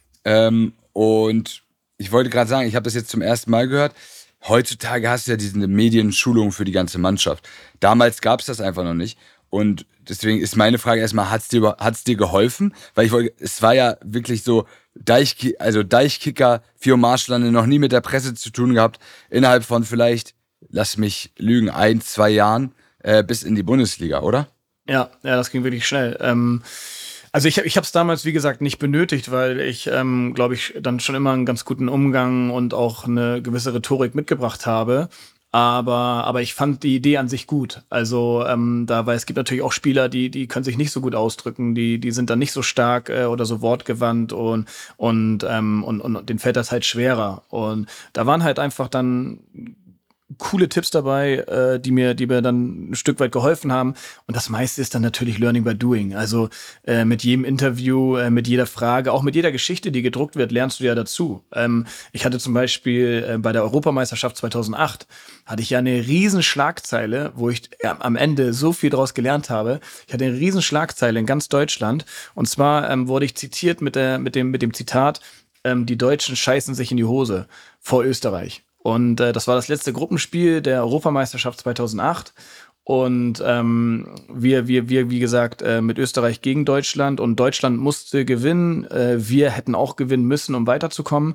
Und ich wollte gerade sagen, ich habe das jetzt zum ersten Mal gehört. Heutzutage hast du ja diese Medienschulung für die ganze Mannschaft. Damals gab es das einfach noch nicht. Und deswegen ist meine Frage erstmal, hat's dir geholfen? Weil es war ja wirklich so, Deichkicker, Vier- und Marschlande, noch nie mit der Presse zu tun gehabt. Innerhalb von vielleicht, lass mich lügen, 1-2 Jahren bis in die Bundesliga, oder? Ja, das ging wirklich schnell. Also ich habe es damals, wie gesagt, nicht benötigt, weil ich, glaube ich, dann schon immer einen ganz guten Umgang und auch eine gewisse Rhetorik mitgebracht habe. Aber ich fand die Idee an sich gut. Also weil es gibt natürlich auch Spieler, die können sich nicht so gut ausdrücken, die sind dann nicht so stark oder so wortgewandt und denen fällt das halt schwerer. Und da waren halt einfach dann coole Tipps dabei, die mir dann ein Stück weit geholfen haben. Und das meiste ist dann natürlich Learning by Doing. Also mit jedem Interview, mit jeder Frage, auch mit jeder Geschichte, die gedruckt wird, lernst du ja dazu. Ich hatte zum Beispiel bei der Europameisterschaft 2008 hatte ich ja eine riesen Schlagzeile, wo ich am Ende so viel daraus gelernt habe. Ich hatte eine riesen Schlagzeile in ganz Deutschland. Und zwar wurde ich zitiert mit dem Zitat, die Deutschen scheißen sich in die Hose vor Österreich. Und das war das letzte Gruppenspiel der Europameisterschaft 2008. Und wir, wie gesagt, mit Österreich gegen Deutschland. Und Deutschland musste gewinnen. Wir hätten auch gewinnen müssen, um weiterzukommen.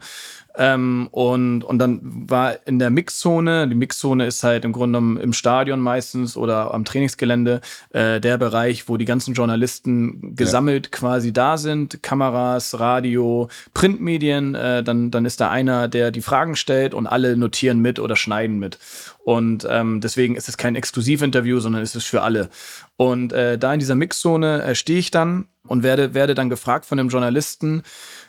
Und dann war in der Mixzone, die Mixzone ist halt im Grunde genommen im Stadion meistens oder am Trainingsgelände, der Bereich, wo die ganzen Journalisten gesammelt quasi da sind, Kameras, Radio, Printmedien, dann ist da einer, der die Fragen stellt und alle notieren mit oder schneiden mit. Und deswegen ist es kein Exklusivinterview, sondern ist es für alle. Und da in dieser Mixzone stehe ich dann und werde dann gefragt von einem Journalisten,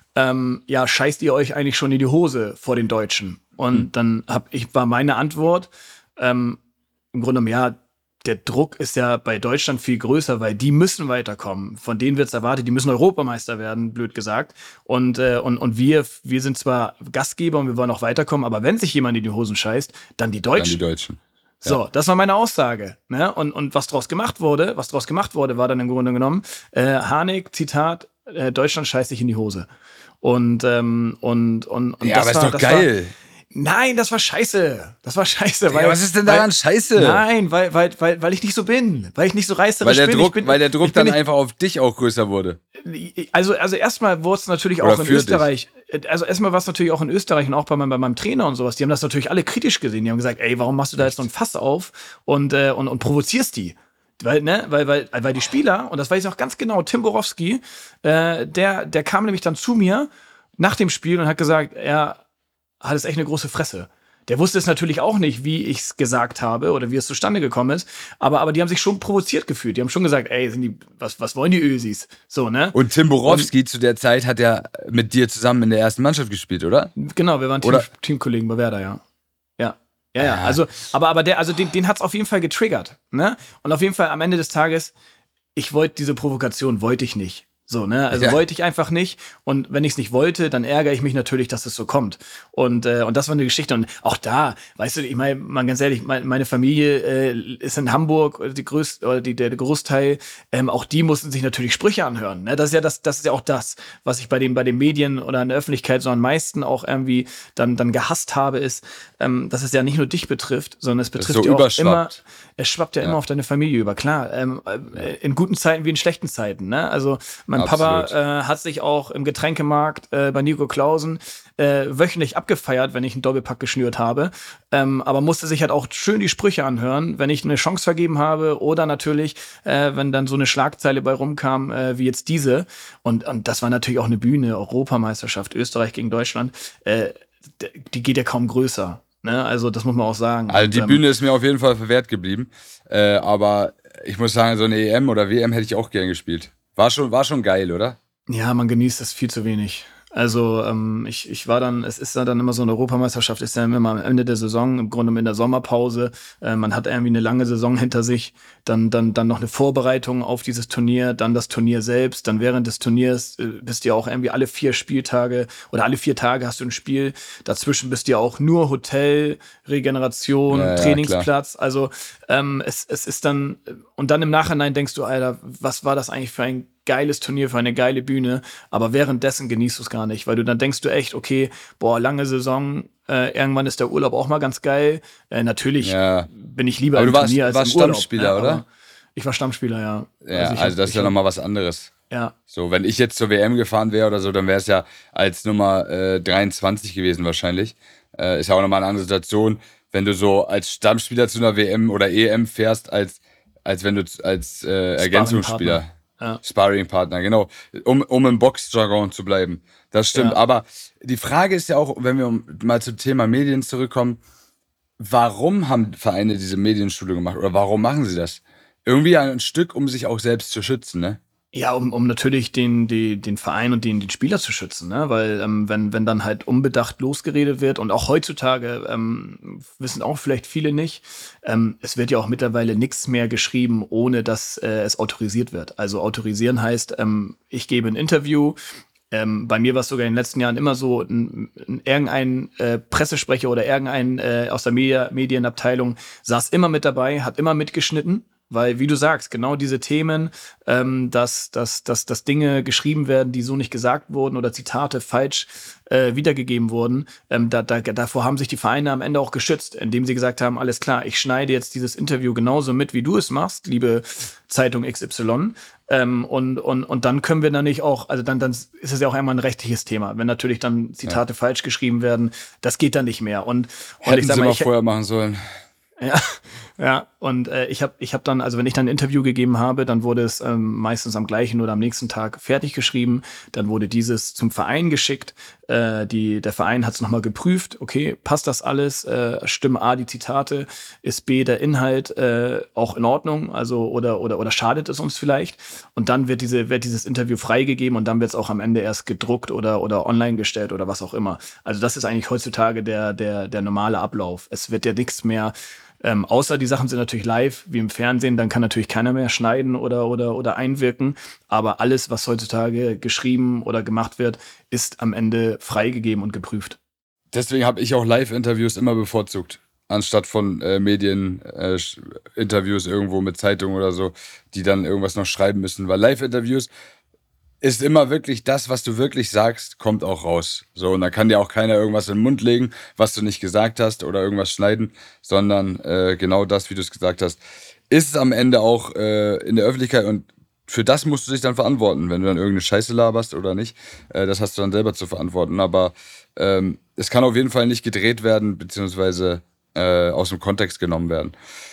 scheißt ihr euch eigentlich schon in die Hose vor den Deutschen? Und dann war meine Antwort, im Grunde genommen, ja, der Druck ist ja bei Deutschland viel größer, weil die müssen weiterkommen. Von denen wird es erwartet, die müssen Europameister werden, blöd gesagt. Und wir sind zwar Gastgeber und wir wollen auch weiterkommen, aber wenn sich jemand in die Hosen scheißt, dann die Deutschen. Dann die Deutschen. Ja. So, das war meine Aussage. Ne? Und was draus gemacht wurde, war dann im Grunde genommen, Harnik, Zitat, Deutschland scheißt sich in die Hose. Und ja, das aber ist doch geil. Nein, das war scheiße. Ja, was ist denn daran scheiße? Nein, weil ich nicht so bin. Weil ich nicht so reißerisch bin. Weil der Druck dann einfach auf dich auch größer wurde. Also erstmal wurde es natürlich auch in Österreich. Also erstmal war es natürlich auch in Österreich und auch bei meinem Trainer und sowas. Die haben das natürlich alle kritisch gesehen. Die haben gesagt, ey, warum machst du da jetzt so ein Fass auf und provozierst die? Weil die Spieler, und das weiß ich auch ganz genau, Tim Borowski, der kam nämlich dann zu mir nach dem Spiel und hat gesagt, er hat es echt eine große Fresse. Der wusste es natürlich auch nicht, wie ich es gesagt habe oder wie es zustande gekommen ist, aber die haben sich schon provoziert gefühlt. Die haben schon gesagt, ey, was wollen die Ösis? So, ne? Und Tim Borowski zu der Zeit hat ja mit dir zusammen in der ersten Mannschaft gespielt, oder? Genau, wir waren Teamkollegen bei Werder, ja. Ja. Also, den hat's auf jeden Fall getriggert, ne? Und auf jeden Fall am Ende des Tages, diese Provokation wollte ich nicht. So, ne? Also wollte ich einfach nicht. Und wenn ich es nicht wollte, dann ärgere ich mich natürlich, dass es so kommt. Und das war eine Geschichte. Und auch da, weißt du, ich meine, mal ganz ehrlich, meine Familie ist in Hamburg, der Großteil, auch die mussten sich natürlich Sprüche anhören. Ne? Das ist ja auch das, was ich bei den Medien oder in der Öffentlichkeit so am meisten auch irgendwie dann gehasst habe, ist, dass es ja nicht nur dich betrifft, sondern es betrifft ja auch immer, es schwappt ja immer auf deine Familie über. Klar, in guten Zeiten wie in schlechten Zeiten, ne? Also mein Papa hat sich auch im Getränkemarkt bei Nico Clausen wöchentlich abgefeiert, wenn ich einen Doppelpack geschnürt habe. Aber musste sich halt auch schön die Sprüche anhören, wenn ich eine Chance vergeben habe oder natürlich, wenn dann so eine Schlagzeile bei rumkam, wie jetzt diese. Und das war natürlich auch eine Bühne, Europameisterschaft, Österreich gegen Deutschland. Die geht ja kaum größer. Ne? Also das muss man auch sagen. Also die Bühne ist mir auf jeden Fall verwehrt geblieben. Aber ich muss sagen, so eine EM oder WM hätte ich auch gern gespielt. War schon geil, oder? Ja, man genießt das viel zu wenig. Also ich war dann, es ist ja dann immer so eine Europameisterschaft, ist ja immer am Ende der Saison, im Grunde in der Sommerpause. Man hat irgendwie eine lange Saison hinter sich, dann noch eine Vorbereitung auf dieses Turnier, dann das Turnier selbst, dann während des Turniers bist du ja auch irgendwie alle 4 Spieltage oder alle 4 Tage hast du ein Spiel. Dazwischen bist du ja auch nur Hotel, Regeneration, Trainingsplatz. Klar. Also es ist dann, und dann im Nachhinein denkst du, Alter, was war das eigentlich für ein geiles Turnier, für eine geile Bühne, aber währenddessen genießt du es gar nicht, weil dann denkst du echt, okay, lange Saison, irgendwann ist der Urlaub auch mal ganz geil. Natürlich bin ich lieber im Turnier als im Urlaub. Du warst Stammspieler, oder? Ich war Stammspieler, ja. Ja, also das ist ja nochmal was anderes. Ja. So, wenn ich jetzt zur WM gefahren wäre oder so, dann wäre es ja als Nummer 23 gewesen wahrscheinlich. Ist ja auch nochmal eine andere Situation, wenn du so als Stammspieler zu einer WM oder EM fährst, als wenn du als Ergänzungsspieler. Ja. Sparringpartner, genau. Um im Boxjargon zu bleiben. Das stimmt. Ja. Aber die Frage ist ja auch, wenn wir mal zum Thema Medien zurückkommen, warum haben Vereine diese Medienschulung gemacht oder warum machen sie das? Irgendwie ein Stück, um sich auch selbst zu schützen, ne? Ja, um natürlich den Verein und den Spieler zu schützen, ne? Weil wenn dann halt unbedacht losgeredet wird und auch heutzutage wissen auch vielleicht viele nicht, es wird ja auch mittlerweile nichts mehr geschrieben, ohne dass es autorisiert wird. Also autorisieren heißt, ich gebe ein Interview. Bei mir war es sogar in den letzten Jahren immer so, irgendein Pressesprecher oder irgendein aus der Medienabteilung saß immer mit dabei, hat immer mitgeschnitten. Weil, wie du sagst, genau diese Themen, dass Dinge geschrieben werden, die so nicht gesagt wurden oder Zitate falsch wiedergegeben wurden, davor haben sich die Vereine am Ende auch geschützt, indem sie gesagt haben, alles klar, ich schneide jetzt dieses Interview genauso mit, wie du es machst, liebe Zeitung XY. Und dann können wir dann nicht auch, also dann ist es ja auch einmal ein rechtliches Thema. Wenn natürlich dann Zitate falsch geschrieben werden, das geht dann nicht mehr. Und Hätten ich sag sie mal, mal vorher machen sollen. Ja, und ich hab dann, also wenn ich dann ein Interview gegeben habe, dann wurde es meistens am gleichen oder am nächsten Tag fertig geschrieben. Dann wurde dieses zum Verein geschickt. Der Verein hat es nochmal geprüft. Okay, passt das alles? Stimmen A die Zitate? Ist B der Inhalt auch in Ordnung? Also oder schadet es uns vielleicht? Und dann wird dieses Interview freigegeben und dann wird es auch am Ende erst gedruckt oder online gestellt oder was auch immer. Also das ist eigentlich heutzutage der normale Ablauf. Es wird ja nichts mehr. Außer die Sachen sind natürlich live, wie im Fernsehen, dann kann natürlich keiner mehr schneiden oder einwirken. Aber alles, was heutzutage geschrieben oder gemacht wird, ist am Ende freigegeben und geprüft. Deswegen habe ich auch Live-Interviews immer bevorzugt, anstatt von Medien-Interviews irgendwo mit Zeitungen oder so, die dann irgendwas noch schreiben müssen. Weil Live-Interviews ist immer wirklich das, was du wirklich sagst, kommt auch raus. So, und da kann dir auch keiner irgendwas in den Mund legen, was du nicht gesagt hast oder irgendwas schneiden, sondern genau das, wie du es gesagt hast, ist es am Ende auch in der Öffentlichkeit und für das musst du dich dann verantworten, wenn du dann irgendeine Scheiße laberst oder nicht. Das hast du dann selber zu verantworten. Aber es kann auf jeden Fall nicht gedreht werden, beziehungsweise aus dem Kontext genommen werden.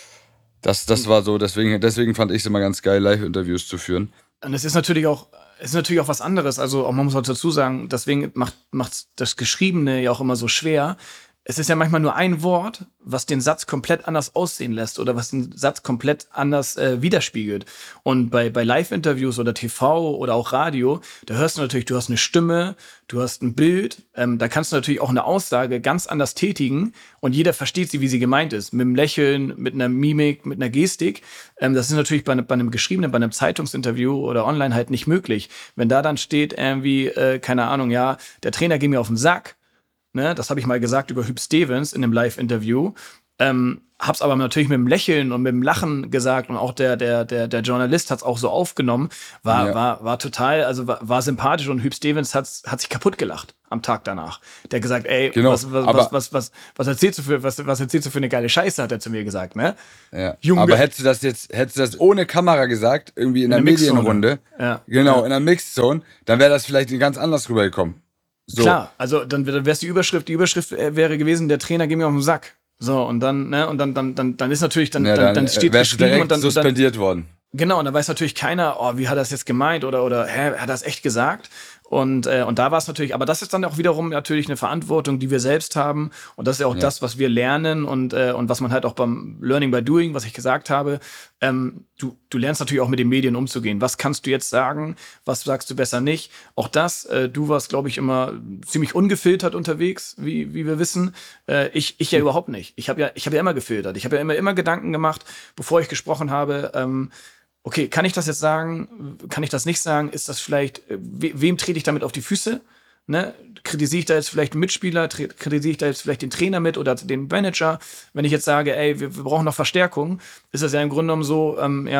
Das war so, deswegen fand ich es immer ganz geil, Live-Interviews zu führen. Und es ist natürlich auch was anderes. Also auch man muss auch dazu sagen, deswegen macht das Geschriebene ja auch immer so schwer. Es ist ja manchmal nur ein Wort, was den Satz komplett anders aussehen lässt oder was den Satz komplett anders widerspiegelt. Und bei Live-Interviews oder TV oder auch Radio, da hörst du natürlich, du hast eine Stimme, du hast ein Bild, da kannst du natürlich auch eine Aussage ganz anders tätigen und jeder versteht sie, wie sie gemeint ist. Mit einem Lächeln, mit einer Mimik, mit einer Gestik. Das ist natürlich bei einem geschriebenen, bei einem Zeitungsinterview oder online halt nicht möglich. Wenn da dann steht irgendwie, keine Ahnung, ja, der Trainer geht mir auf den Sack. Ne, das habe ich mal gesagt über Hüb Stevens in einem Live-Interview. Hab's aber natürlich mit dem Lächeln und mit dem Lachen gesagt und auch der Journalist hat's auch so aufgenommen. War total, also war sympathisch und Hüb Stevens hat sich kaputt gelacht am Tag danach. Der hat gesagt, ey, genau, was erzählst du für eine geile Scheiße, hat er zu mir gesagt, ne? Ja. Junge. Aber hättest du das ohne Kamera gesagt, irgendwie in der Medienrunde, genau, in der Mixzone, dann wäre das vielleicht ganz anders rübergekommen. So. Klar, also dann wäre es die Überschrift wäre gewesen, der Trainer geht mir auf den Sack. So, und dann ist natürlich, dann steht geschrieben und dann suspendiert worden. Genau, und dann weiß natürlich keiner, oh, wie hat er das jetzt gemeint oder hat er das echt gesagt? Und da war es natürlich, aber das ist dann auch wiederum natürlich eine Verantwortung, die wir selbst haben. Und das ist ja auch das, was wir lernen und was man halt auch beim Learning by Doing, was ich gesagt habe, du lernst natürlich auch mit den Medien umzugehen. Was kannst du jetzt sagen? Was sagst du besser nicht? Auch das, du warst, glaube ich, immer ziemlich ungefiltert unterwegs, wie wir wissen. Ich ja überhaupt nicht. Ich habe ja immer gefiltert. Ich habe ja immer Gedanken gemacht, bevor ich gesprochen habe, okay, kann ich das jetzt sagen? Kann ich das nicht sagen? Ist das vielleicht, wem trete ich damit auf die Füße? Ne? Kritisiere ich da jetzt vielleicht einen Mitspieler? Kritisiere ich da jetzt vielleicht den Trainer mit oder den Manager? Wenn ich jetzt sage, ey, wir brauchen noch Verstärkung, ist das ja im Grunde genommen so,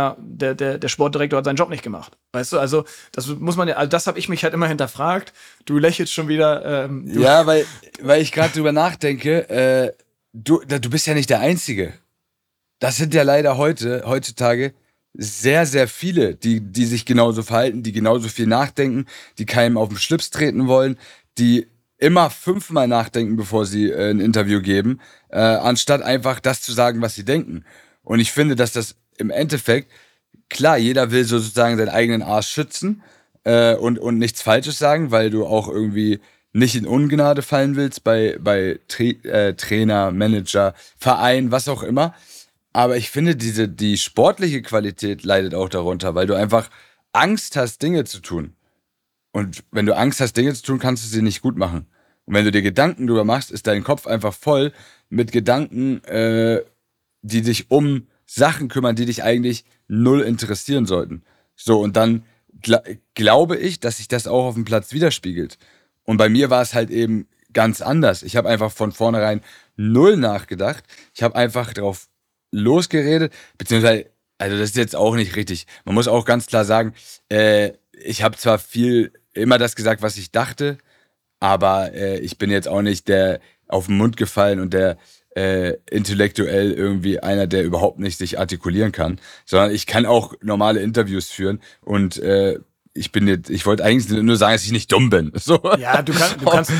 der Sportdirektor hat seinen Job nicht gemacht. Weißt du, also das muss man ja, also das habe ich mich halt immer hinterfragt. Du lächelst schon wieder. Ja, weil ich gerade drüber nachdenke, du bist ja nicht der Einzige. Das sind ja leider heutzutage sehr, sehr viele, die sich genauso verhalten, die genauso viel nachdenken, die keinem auf den Schlips treten wollen, die immer 5-mal nachdenken, bevor sie ein Interview geben, anstatt einfach das zu sagen, was sie denken. Und ich finde, dass das im Endeffekt, klar, jeder will sozusagen seinen eigenen Arsch schützen und nichts Falsches sagen, weil du auch irgendwie nicht in Ungnade fallen willst bei Trainer, Manager, Verein, was auch immer. Aber ich finde, die sportliche Qualität leidet auch darunter, weil du einfach Angst hast, Dinge zu tun. Und wenn du Angst hast, Dinge zu tun, kannst du sie nicht gut machen. Und wenn du dir Gedanken drüber machst, ist dein Kopf einfach voll mit Gedanken, die dich um Sachen kümmern, die dich eigentlich null interessieren sollten. So, und dann glaube ich, dass sich das auch auf dem Platz widerspiegelt. Und bei mir war es halt eben ganz anders. Ich habe einfach von vornherein null nachgedacht. Ich habe einfach drauf losgeredet, beziehungsweise, also das ist jetzt auch nicht richtig. Man muss auch ganz klar sagen, ich habe zwar immer das gesagt, was ich dachte, aber ich bin jetzt auch nicht der auf den Mund gefallen und der intellektuell irgendwie einer, der überhaupt nicht sich artikulieren kann, sondern ich kann auch normale Interviews führen und ich wollte eigentlich nur sagen, dass ich nicht dumm bin. So. Ja, du hast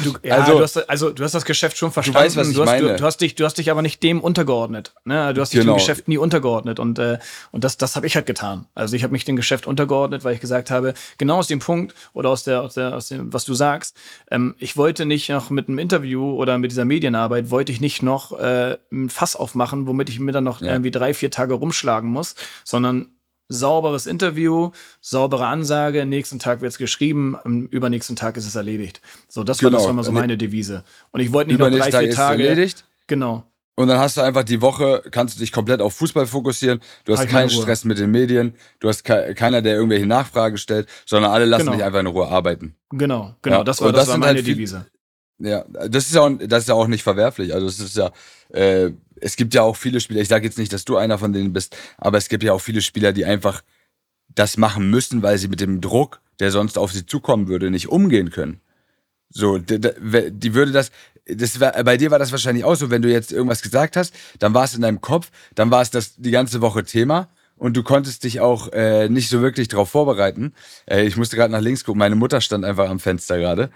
das Geschäft schon verstanden. Du weißt, was ich meine. Du hast dich aber nicht dem untergeordnet. Ne? Du hast dich dem Geschäft nie untergeordnet und das habe ich halt getan. Also ich habe mich dem Geschäft untergeordnet, weil ich gesagt habe, genau aus dem Punkt oder aus dem, was du sagst, ich wollte nicht noch mit einem Interview oder mit dieser Medienarbeit, wollte ich nicht noch ein Fass aufmachen, womit ich mir dann noch irgendwie 3-4 Tage rumschlagen muss, sondern sauberes Interview, saubere Ansage, nächsten Tag wird's geschrieben, am übernächsten Tag ist es erledigt. So, das war immer so meine Devise. Und ich wollte nicht noch 3-4 Tage. Erledigt. Genau. Und dann hast du einfach die Woche, kannst du dich komplett auf Fußball fokussieren. Du hast keinen Stress mit den Medien. Du hast keiner, der irgendwelche Nachfragen stellt, sondern alle lassen dich einfach in Ruhe arbeiten. Genau. Ja, das war meine Devise. Ja, das ist ja auch nicht verwerflich. Also es ist ja, es gibt ja auch viele Spieler, ich sage jetzt nicht, dass du einer von denen bist, aber es gibt ja auch viele Spieler, die einfach das machen müssen, weil sie mit dem Druck, der sonst auf sie zukommen würde, nicht umgehen können. So, die würde bei dir war das wahrscheinlich auch so, wenn du jetzt irgendwas gesagt hast, dann war es in deinem Kopf, dann war es das die ganze Woche Thema. Und du konntest dich auch nicht so wirklich drauf vorbereiten. Ich musste gerade nach links gucken. Meine Mutter stand einfach am Fenster gerade.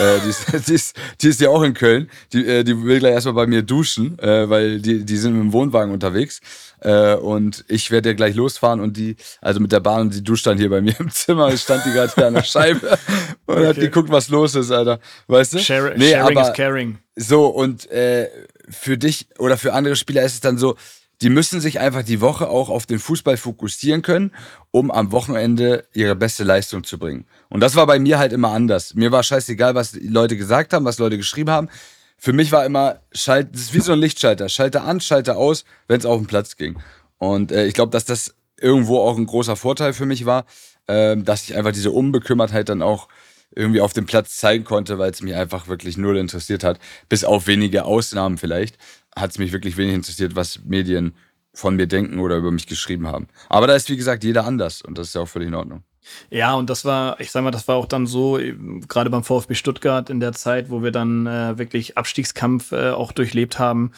Die ist ja auch in Köln. Die will gleich erstmal bei mir duschen, weil die sind mit dem Wohnwagen unterwegs. Und ich werde ja gleich losfahren und also mit der Bahn, und die duscht dann hier bei mir im Zimmer. Stand die gerade an der Scheibe und hat geguckt, was los ist, Alter. Weißt du? Sharing is caring. So, und für dich oder für andere Spieler ist es dann so, die müssen sich einfach die Woche auch auf den Fußball fokussieren können, um am Wochenende ihre beste Leistung zu bringen. Und das war bei mir halt immer anders. Mir war scheißegal, was die Leute gesagt haben, was Leute geschrieben haben. Für mich war immer, das ist wie so ein Lichtschalter. Schalter an, Schalter aus, wenn es auf den Platz ging. Und ich glaube, dass das irgendwo auch ein großer Vorteil für mich war, dass ich einfach diese Unbekümmertheit dann auch irgendwie auf dem Platz zeigen konnte, weil es mich einfach wirklich null interessiert hat. Bis auf wenige Ausnahmen vielleicht, hat es mich wirklich wenig interessiert, was Medien von mir denken oder über mich geschrieben haben. Aber da ist, wie gesagt, jeder anders und das ist ja auch völlig in Ordnung. Ja, und das war auch dann so, gerade beim VfB Stuttgart in der Zeit, wo wir dann wirklich Abstiegskampf auch durchlebt haben,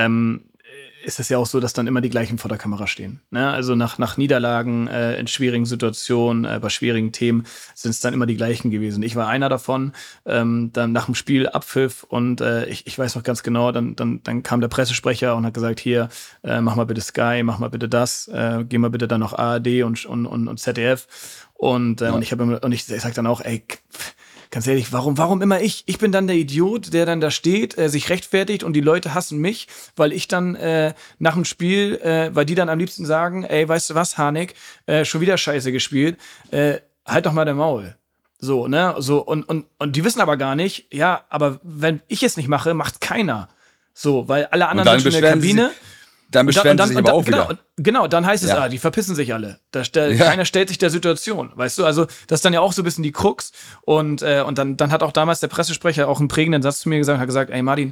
ist es ja auch so, dass dann immer die gleichen vor der Kamera stehen. Ne? Also nach Niederlagen in schwierigen Situationen, bei schwierigen Themen sind es dann immer die gleichen gewesen. Ich war einer davon, dann nach dem Spiel Abpfiff und ich weiß noch ganz genau, dann kam der Pressesprecher und hat gesagt, hier, mach mal bitte Sky, mach mal bitte das, geh mal bitte dann noch ARD und ZDF und ich sag dann auch, ey, ganz ehrlich, warum immer ich? Ich bin dann der Idiot, der dann da steht, sich rechtfertigt und die Leute hassen mich, weil ich dann nach dem Spiel, weil die dann am liebsten sagen, ey, weißt du was, Harnik, schon wieder Scheiße gespielt, halt doch mal dein Maul. So, ne? So, und die wissen aber gar nicht, ja, aber wenn ich es nicht mache, macht's keiner. So, weil alle anderen sind schon in der Kabine. Dann beschweren sie sich aber auch wieder. Genau, dann heißt es, die verpissen sich alle. Keiner stellt sich der Situation, weißt du? Also das ist dann ja auch so ein bisschen die Krux. Und dann hat auch damals der Pressesprecher auch einen prägenden Satz zu mir gesagt, hat gesagt, ey Martin,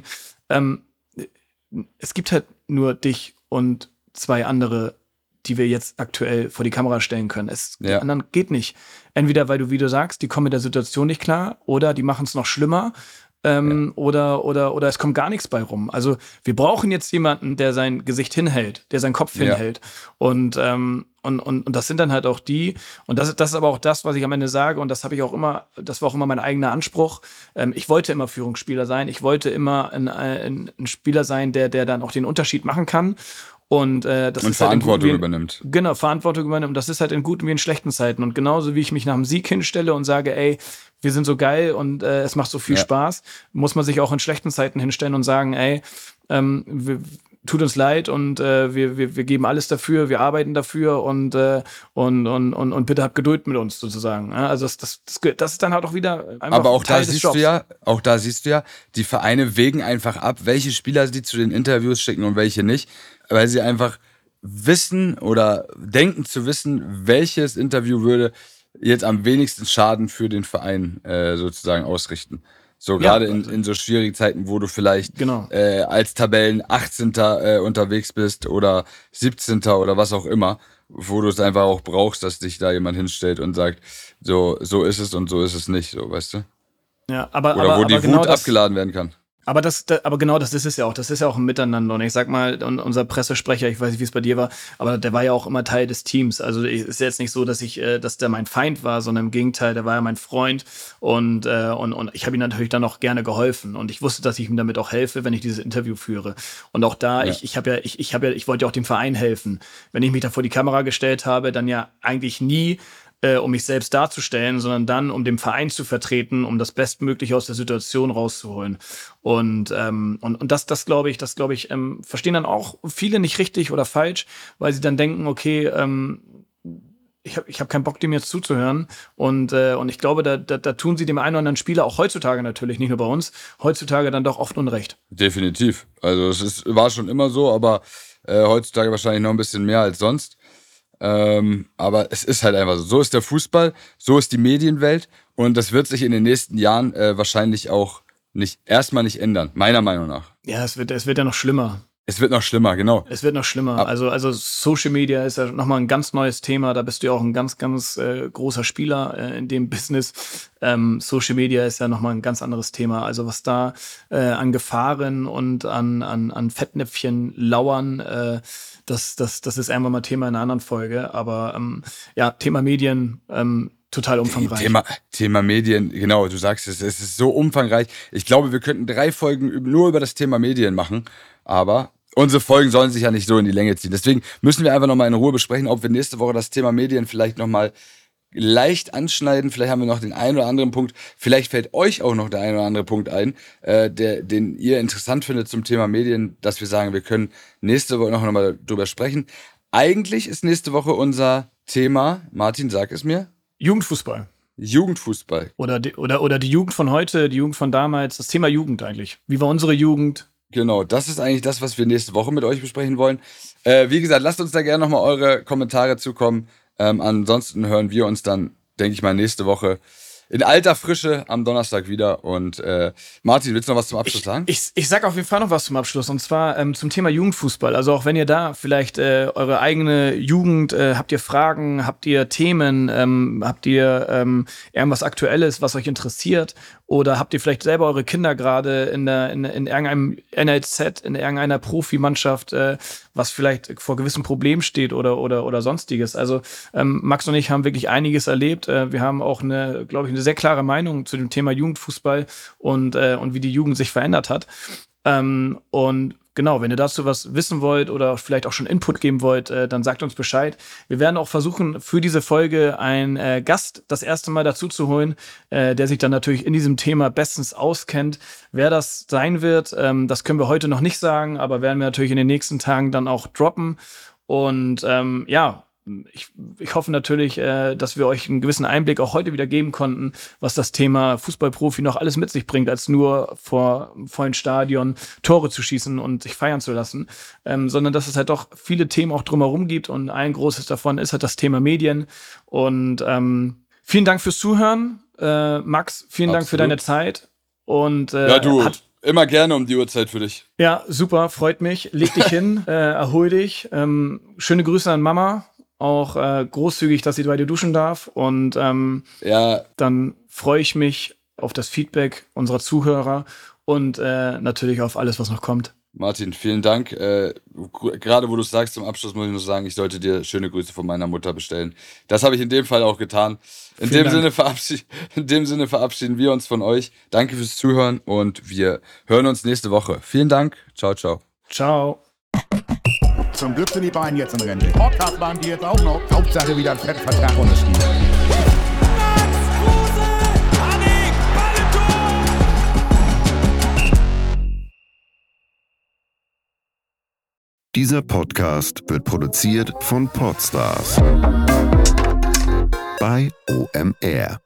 es gibt halt nur dich und 2 andere, die wir jetzt aktuell vor die Kamera stellen können. Die anderen geht nicht. Entweder, weil du, wie du sagst, die kommen mit der Situation nicht klar oder die machen es noch schlimmer. Oder es kommt gar nichts bei rum. Also wir brauchen jetzt jemanden, der sein Gesicht hinhält, der seinen Kopf hinhält. Und das sind dann halt auch die, und das ist aber auch das, was ich am Ende sage, und das war auch immer mein eigener Anspruch. Ich wollte immer Führungsspieler sein, ich wollte immer ein Spieler sein, der dann auch den Unterschied machen kann. Und das Und ist halt Verantwortung übernimmt. Genau, Verantwortung übernimmt. Und das ist halt in guten wie in schlechten Zeiten. Und genauso wie ich mich nach dem Sieg hinstelle und sage, ey, wir sind so geil und es macht so viel Spaß, muss man sich auch in schlechten Zeiten hinstellen und sagen, ey, tut uns leid und wir geben alles dafür, wir arbeiten dafür und bitte habt Geduld mit uns sozusagen. Ja, also das ist dann halt auch wieder einfach Aber auch Teil da des siehst Jobs. du ja, die Vereine wägen einfach ab, welche Spieler sie zu den Interviews schicken und welche nicht, weil sie einfach wissen oder denken zu wissen, welches Interview würde jetzt am wenigsten Schaden für den Verein sozusagen ausrichten. So gerade in so schwierigen Zeiten, wo du vielleicht als Tabellen 18. Unterwegs bist oder 17. oder was auch immer, wo du es einfach auch brauchst, dass dich da jemand hinstellt und sagt, so ist es und so ist es nicht, so, weißt du? Ja, aber Oder wo die genau Wut abgeladen werden kann. Aber genau das ist es ja auch. Das ist ja auch ein Miteinander. Und ich sag mal, unser Pressesprecher, ich weiß nicht, wie es bei dir war, aber der war ja auch immer Teil des Teams. Also ist jetzt nicht so, dass der mein Feind war, sondern im Gegenteil, der war ja mein Freund. Und ich habe ihm natürlich dann auch gerne geholfen. Und ich wusste, dass ich ihm damit auch helfe, wenn ich dieses Interview führe. Und auch da, ich wollte ja auch dem Verein helfen. Wenn ich mich da vor die Kamera gestellt habe, dann ja eigentlich nie um mich selbst darzustellen, sondern dann, um den Verein zu vertreten, um das Bestmögliche aus der Situation rauszuholen. Und das glaube ich, verstehen dann auch viele nicht richtig oder falsch, weil sie dann denken, okay, ich hab keinen Bock, dem jetzt zuzuhören. Und ich glaube, da tun sie dem einen oder anderen Spieler, auch heutzutage natürlich, nicht nur bei uns, heutzutage dann doch oft Unrecht. Definitiv. Also war schon immer so, aber heutzutage wahrscheinlich noch ein bisschen mehr als sonst. Aber es ist halt einfach so. So ist der Fußball, so ist die Medienwelt und das wird sich in den nächsten Jahren wahrscheinlich auch erstmal nicht ändern, meiner Meinung nach. Ja, es wird ja noch schlimmer. Es wird noch schlimmer, genau. Es wird noch schlimmer. Also Social Media ist ja nochmal ein ganz neues Thema. Da bist du ja auch ein ganz, ganz großer Spieler in dem Business. Social Media ist ja nochmal ein ganz anderes Thema. Also was da an Gefahren und an Fettnäpfchen lauern, das ist einfach mal Thema in einer anderen Folge. Aber Thema Medien, total umfangreich. Thema Medien, genau, du sagst es ist so umfangreich. Ich glaube, wir könnten 3 Folgen nur über das Thema Medien machen, aber unsere Folgen sollen sich ja nicht so in die Länge ziehen. Deswegen müssen wir einfach nochmal in Ruhe besprechen, ob wir nächste Woche das Thema Medien vielleicht nochmal leicht anschneiden. Vielleicht haben wir noch den einen oder anderen Punkt. Vielleicht fällt euch auch noch der ein oder andere Punkt ein, den ihr interessant findet zum Thema Medien, dass wir sagen, wir können nächste Woche noch mal drüber sprechen. Eigentlich ist nächste Woche unser Thema, Martin, sag es mir. Jugendfußball. Oder die Jugend von heute, die Jugend von damals, das Thema Jugend eigentlich. Wie war unsere Jugend? Genau, das ist eigentlich das, was wir nächste Woche mit euch besprechen wollen. Wie gesagt, lasst uns da gerne nochmal eure Kommentare zukommen. Ansonsten hören wir uns dann, denke ich mal, nächste Woche in alter Frische am Donnerstag wieder. Und Martin, willst du noch was zum Abschluss sagen? Ich sag auf jeden Fall noch was zum Abschluss. Und zwar zum Thema Jugendfußball. Also auch wenn ihr da vielleicht eure eigene Jugend, habt ihr Fragen, habt ihr Themen, habt ihr irgendwas Aktuelles, was euch interessiert? Oder habt ihr vielleicht selber eure Kinder gerade in irgendeinem NLZ, in irgendeiner Profimannschaft, was vielleicht vor gewissen Problemen steht oder sonstiges? Also Max und ich haben wirklich einiges erlebt. Wir haben auch eine sehr klare Meinung zu dem Thema Jugendfußball und wie die Jugend sich verändert hat. Und genau, wenn ihr dazu was wissen wollt oder vielleicht auch schon Input geben wollt, dann sagt uns Bescheid. Wir werden auch versuchen, für diese Folge einen Gast das erste Mal dazu zu holen, der sich dann natürlich in diesem Thema bestens auskennt. Wer das sein wird, das können wir heute noch nicht sagen, aber werden wir natürlich in den nächsten Tagen dann auch droppen. Und ich hoffe natürlich, dass wir euch einen gewissen Einblick auch heute wieder geben konnten, was das Thema Fußballprofi noch alles mit sich bringt, als nur vor vollen Stadion Tore zu schießen und sich feiern zu lassen, sondern dass es halt doch viele Themen auch drumherum gibt und ein großes davon ist halt das Thema Medien. Und vielen Dank fürs Zuhören. Max, vielen Dank für deine Zeit. Und immer gerne um die Uhrzeit für dich. Ja, super, freut mich. Leg dich hin, erhol dich. Schöne Grüße an Mama. Auch großzügig, dass sie bei dir duschen darf. Und dann freue ich mich auf das Feedback unserer Zuhörer und natürlich auf alles, was noch kommt. Martin, vielen Dank. Gerade wo du es sagst, zum Abschluss muss ich nur sagen, ich sollte dir schöne Grüße von meiner Mutter bestellen. Das habe ich in dem Fall auch getan. In dem Sinne verabschieden wir uns von euch. Danke fürs Zuhören und wir hören uns nächste Woche. Vielen Dank. Ciao, ciao. Ciao. Zum Glück sind die beiden jetzt in Rente. Podcast waren die jetzt auch noch. Hauptsache wieder ein Fettvertrag unterschrieben. Dieser Podcast wird produziert von Podstars bei OMR.